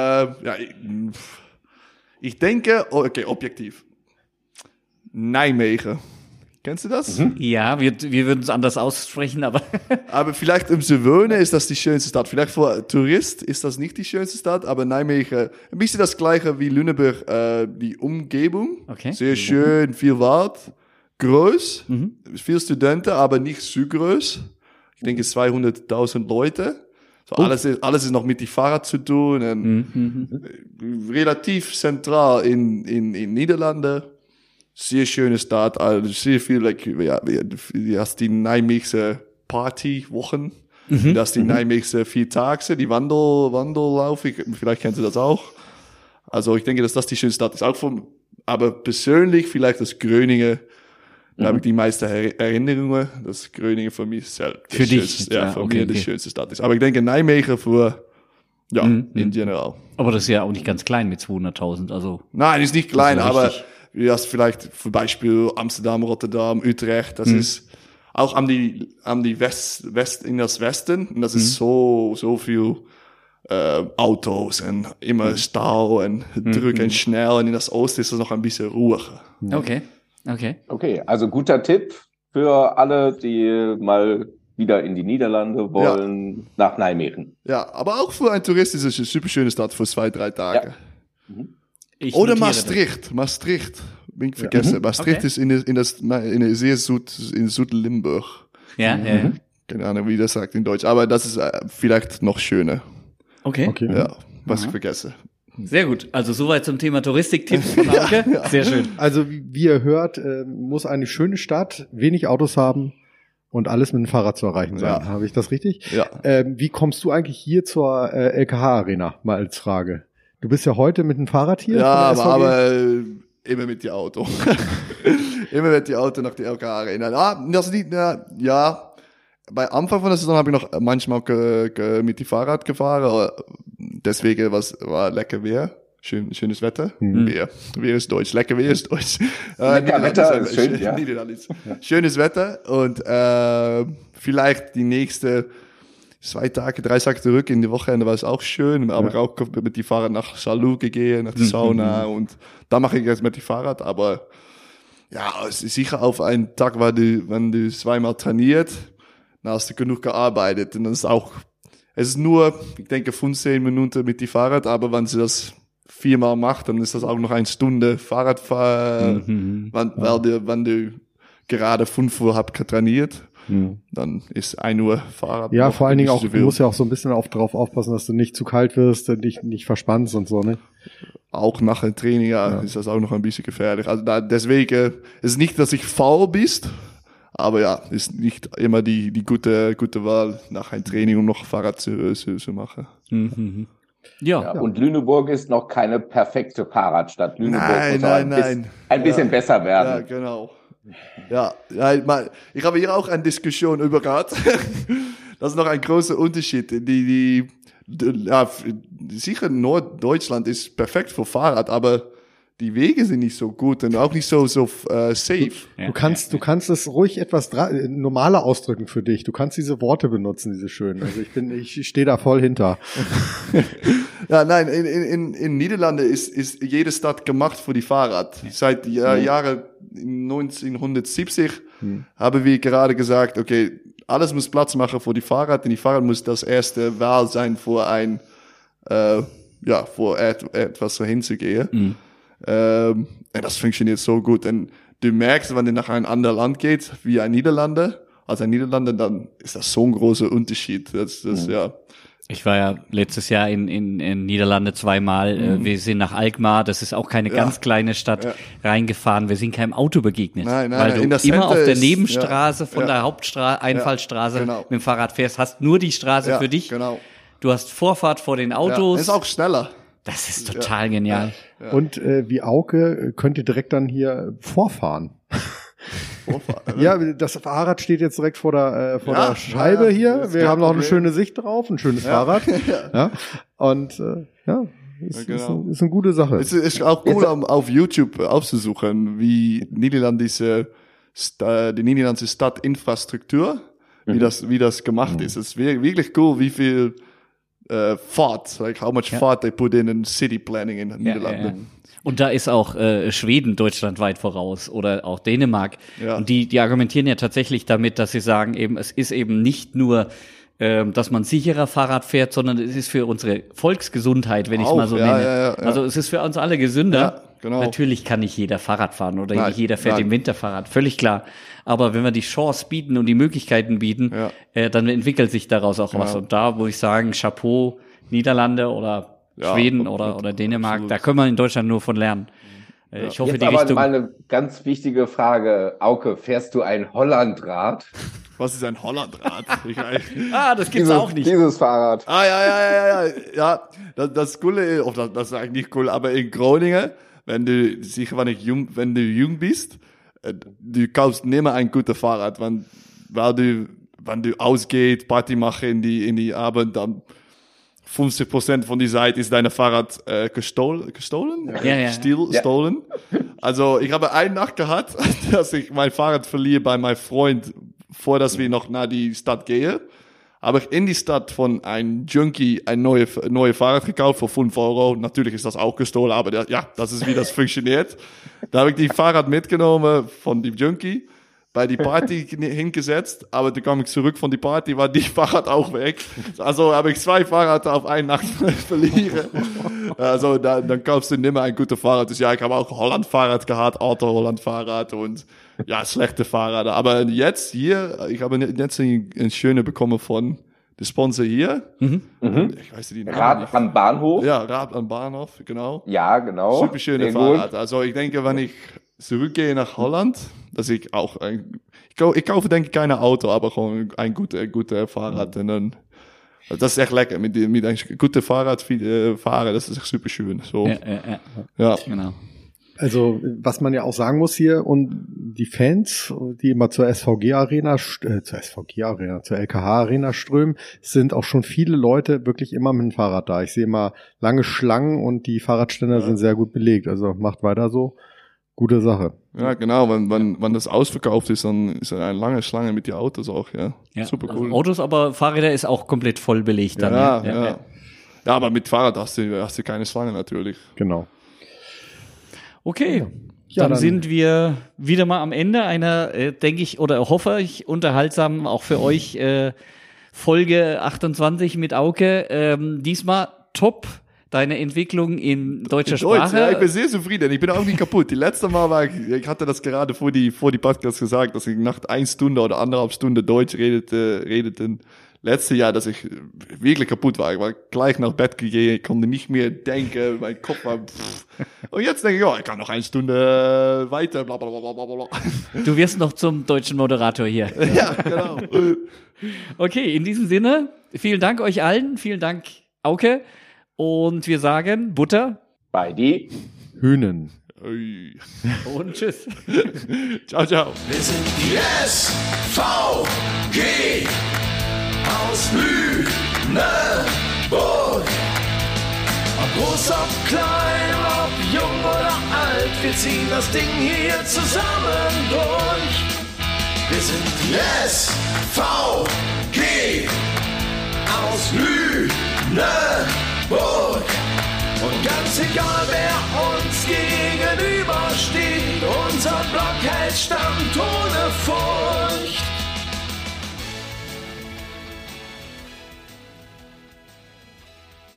Ich denke, okay, objektiv. Nijmegen. Kennst du das? Ja, wir würden es anders aussprechen, aber Aber vielleicht um zu wohnen ist das die schönste Stadt. Vielleicht für Tourist ist das nicht die schönste Stadt, aber Nijmegen, ein bisschen das gleiche wie Lüneburg, die Umgebung. Okay. Sehr schön, viel Wald, groß, viel Studenten, aber nicht zu groß. Ich denke 200.000 Leute. So, alles ist noch mit dem Fahrrad zu tun und relativ zentral in Niederlande. Sehr schöne Stadt, also sehr viel, du hast die Nijmeegse Partywochen, du hast die Nijmeegse Viertagse, die Wandellauf, vielleicht kennst du das auch. Also ich denke, dass das die schönste Stadt ist. Aber persönlich vielleicht das Groningen, da habe ich die meisten Erinnerungen, dass Groningen für mich selbst Für dich? Ja, für mich die schönste Stadt ist. Aber ich denke Nijmegen in general. aber das ist ja auch nicht ganz klein mit 200.000, also Nein, ist nicht klein, Das ist aber richtig. du hast vielleicht zum Beispiel Amsterdam, Rotterdam, Utrecht, das ist auch an die in das Westen, und das ist so viel Autos und immer Stau und Druck und schnell, und in das Osten ist das noch ein bisschen ruhiger. okay. Okay, also guter Tipp für alle, die mal wieder in die Niederlande wollen, nach Nijmegen. Ja, aber auch für einen Tourist ist es eine super schöne Stadt für 2-3 Tage. Ja. Ich Oder notiere Maastricht. Bin ich vergessen. Maastricht Okay. ist in Süd-Limburg. Ja, ja. Keine Ahnung, wie das sagt in Deutsch. Aber das ist vielleicht noch schöner. Okay. Ja, was ich vergesse. Sehr gut. Also soweit zum Thema Touristik-Tipps von Auke. Sehr schön. Also wie ihr hört, muss eine schöne Stadt wenig Autos haben und alles mit dem Fahrrad zu erreichen sein. Ja. Habe ich das richtig? Ja. Wie kommst du eigentlich hier zur LKH-Arena? Mal als Frage. Du bist ja heute mit dem Fahrrad hier? Ja, von der SVG? aber immer mit dem Auto. Immer mit dem Auto nach der LK-Arena. Das nicht, ja. Bei Anfang von der Saison habe ich noch manchmal mit dem Fahrrad gefahren. Aber deswegen war lecker Wehr. Schönes Wetter. Wehr ist Deutsch. Lecker Wehr ist Deutsch. Lecker Wetter ist schön, ja. Schönes Wetter. Und vielleicht die nächste 2 Tage, 3 Tage zurück in die Wochenende war es auch schön. Aber auch mit dem Fahrrad nach Salou gegangen, nach der Sauna. Und da mache ich jetzt mit dem Fahrrad. Aber ja, es ist sicher auf einen Tag, wenn du 2-mal trainiert, dann hast du genug gearbeitet. Und das ist auch, es ist nur, ich denke, 15 Minuten mit dem Fahrrad, aber wenn sie das 4-mal macht, dann ist das auch noch 1 Stunde Fahrradfahren, wenn du gerade 5 Uhr habt trainiert, dann ist 1 Uhr Fahrrad. Ja, vor allen Dingen auch, so du musst ja auch so ein bisschen drauf aufpassen, dass du nicht zu kalt wirst, dich nicht verspannst und so, ne? Auch nach dem Training, ist das auch noch ein bisschen gefährlich. Also deswegen ist es nicht, dass ich faul bist, aber ja, ist nicht immer die gute Wahl nach einem Training, um noch Fahrrad zu machen. Ja. Und Lüneburg ist noch keine perfekte Fahrradstadt. Lüneburg muss ein bisschen besser werden. Ja, genau. Ja, ich habe hier auch eine Diskussion über Rad. Das ist noch ein großer Unterschied. Sicher Norddeutschland ist perfekt für Fahrrad, aber die Wege sind nicht so gut und auch nicht so safe. Du kannst es ruhig etwas normaler ausdrücken für dich. Du kannst diese Worte benutzen, diese schönen. Also ich stehe da voll hinter. Ja, nein, in Niederlande ist jede Stadt gemacht für die Fahrrad. Seit Jahre 1970 haben wir gerade gesagt, okay, alles muss Platz machen für die Fahrrad, und die Fahrrad muss das erste Wahl sein für für etwas so hinzugehen. Und das funktioniert so gut. Und du merkst, wenn du nach einem anderen Land geht, wie ein Niederlande, dann ist das so ein großer Unterschied. Ja. Ich war ja letztes Jahr in Niederlande 2-mal. Wir sind nach Alkmaar, das ist auch keine ganz kleine Stadt, reingefahren. Wir sind keinem Auto begegnet. Nein, weil du in der immer Center auf der ist, Nebenstraße von der Einfallstraße mit dem Fahrrad fährst, hast nur die Straße für dich. Genau. Du hast Vorfahrt vor den Autos. Ist auch schneller. Das ist total genial. Ja. Und wie Auke könnt ihr direkt dann hier vorfahren. Ja, das Fahrrad steht jetzt direkt vor der Scheibe hier. Wir haben noch eine schöne Sicht drauf, ein schönes Fahrrad. Ja. Und ist eine gute Sache. Es ist auch cool, auf YouTube aufzusuchen, wie die niederländische Stadtinfrastruktur, wie das gemacht ist. Es ist wirklich cool, wie viel Fahrt, like how much Fahrt they put in city planning in Niederlanden. Ja. Und da ist auch Schweden deutschlandweit voraus oder auch Dänemark. Ja. Und die argumentieren ja tatsächlich damit, dass sie sagen, eben es ist eben nicht nur, dass man sicherer Fahrrad fährt, sondern es ist für unsere Volksgesundheit, wenn ich es mal so nenne. Ja. Also es ist für uns alle gesünder. Ja, genau. Natürlich kann nicht jeder Fahrrad fahren oder nicht jeder fährt im Winter Fahrrad, völlig klar. Aber wenn wir die Chance bieten und die Möglichkeiten bieten, dann entwickelt sich daraus auch was. Und da, wo ich sagen, Chapeau, Niederlande oder Schweden oder Dänemark, absolut. Da können wir in Deutschland nur von lernen. Ich hoffe, jetzt die aber Richtung. Mal eine ganz wichtige Frage. Auke, fährst du ein Hollandrad? Was ist ein Hollandrad? Das gibt's auch nicht. Dieses Fahrrad. Ja, das Coole, das ist eigentlich nicht cool, aber in Groningen, wenn du jung bist, du kaufst nicht mehr ein gutes Fahrrad, wenn du ausgehst, Party machen in die Abend, dann 50% von die Zeit ist dein Fahrrad gestohlen. Stolen. Also ich habe eine Nacht gehabt, dass ich mein Fahrrad verliere bei meinem Freund, vor dass wir noch nach die Stadt gehen. Habe ich in die Stadt von einem Junkie ein neue Fahrrad gekauft für 5 Euro. Natürlich ist das auch gestohlen, aber das ist, wie das funktioniert. Da habe ich die Fahrrad mitgenommen von dem Junkie bei die Party hingesetzt, aber dann kam ich zurück von die Party, war die Fahrrad auch weg. Also habe ich 2 Fahrräder auf eine Nacht verlieren. Also dann kaufst du nicht mehr ein gutes Fahrrad. Dus ja, ich habe auch Holland-Fahrrad gehabt, Auto-Holland-Fahrrad und ja, schlechte Fahrräder. Aber jetzt hier, ich habe jetzt ein schöne bekommen von der Sponsor hier. Ich weiß nicht, Rad am Bahnhof? Ja, Rad am Bahnhof, genau. Ja, genau. Super schöne Fahrrad. Also ich denke, wenn ich zurückgehe nach Holland, dass ich auch ich kaufe, denke ich, kein Auto, aber gewoon ein gute Fahrrad. Und dann, das ist echt lecker. Mit einem guten Fahrrad fahren, das ist echt super schön. So. Ja. Genau. Also, was man ja auch sagen muss hier, und die Fans, die immer zur LKH-Arena strömen, sind auch schon viele Leute wirklich immer mit dem Fahrrad da. Ich sehe immer lange Schlangen und die Fahrradständer sind sehr gut belegt. Also macht weiter so. Gute Sache. Ja, genau. Wenn das ausverkauft ist, dann ist eine lange Schlange mit den Autos auch, ja. Super cool. Also Autos, aber Fahrräder ist auch komplett voll belegt dann. Ja, aber mit Fahrrad hast du keine Schlange natürlich. Genau. Okay, dann sind wir wieder mal am Ende einer, denke ich, oder hoffe ich, unterhaltsamen, auch für euch, Folge 28 mit Auke. Diesmal top, deine Entwicklung in deutscher Sprache. Ja, ich bin sehr zufrieden, ich bin auch nicht kaputt. Die letzte Mal ich hatte das gerade vor die Podcast gesagt, dass ich nach 1 Stunde oder 1,5 Stunde Deutsch redete. Letztes Jahr, dass ich wirklich kaputt war. Ich war gleich nach Bett gegangen, ich konnte nicht mehr denken, mein Kopf war Und jetzt denke ich, ja, ich kann noch 1 Stunde weiter, bla bla bla bla bla. Du wirst noch zum deutschen Moderator hier. Ja, genau. Okay, in diesem Sinne, vielen Dank euch allen, vielen Dank Auke und wir sagen Butter bei die Hühnen. Und tschüss. Ciao, ciao. Wir sind die SVG aus Lüneburg. Ob groß, ob klein, ob jung oder alt, wir ziehen das Ding hier zusammen durch. Wir sind die SVG aus Lüneburg. Und ganz egal, wer uns gegenübersteht, unser Block hält stand ohne Furcht.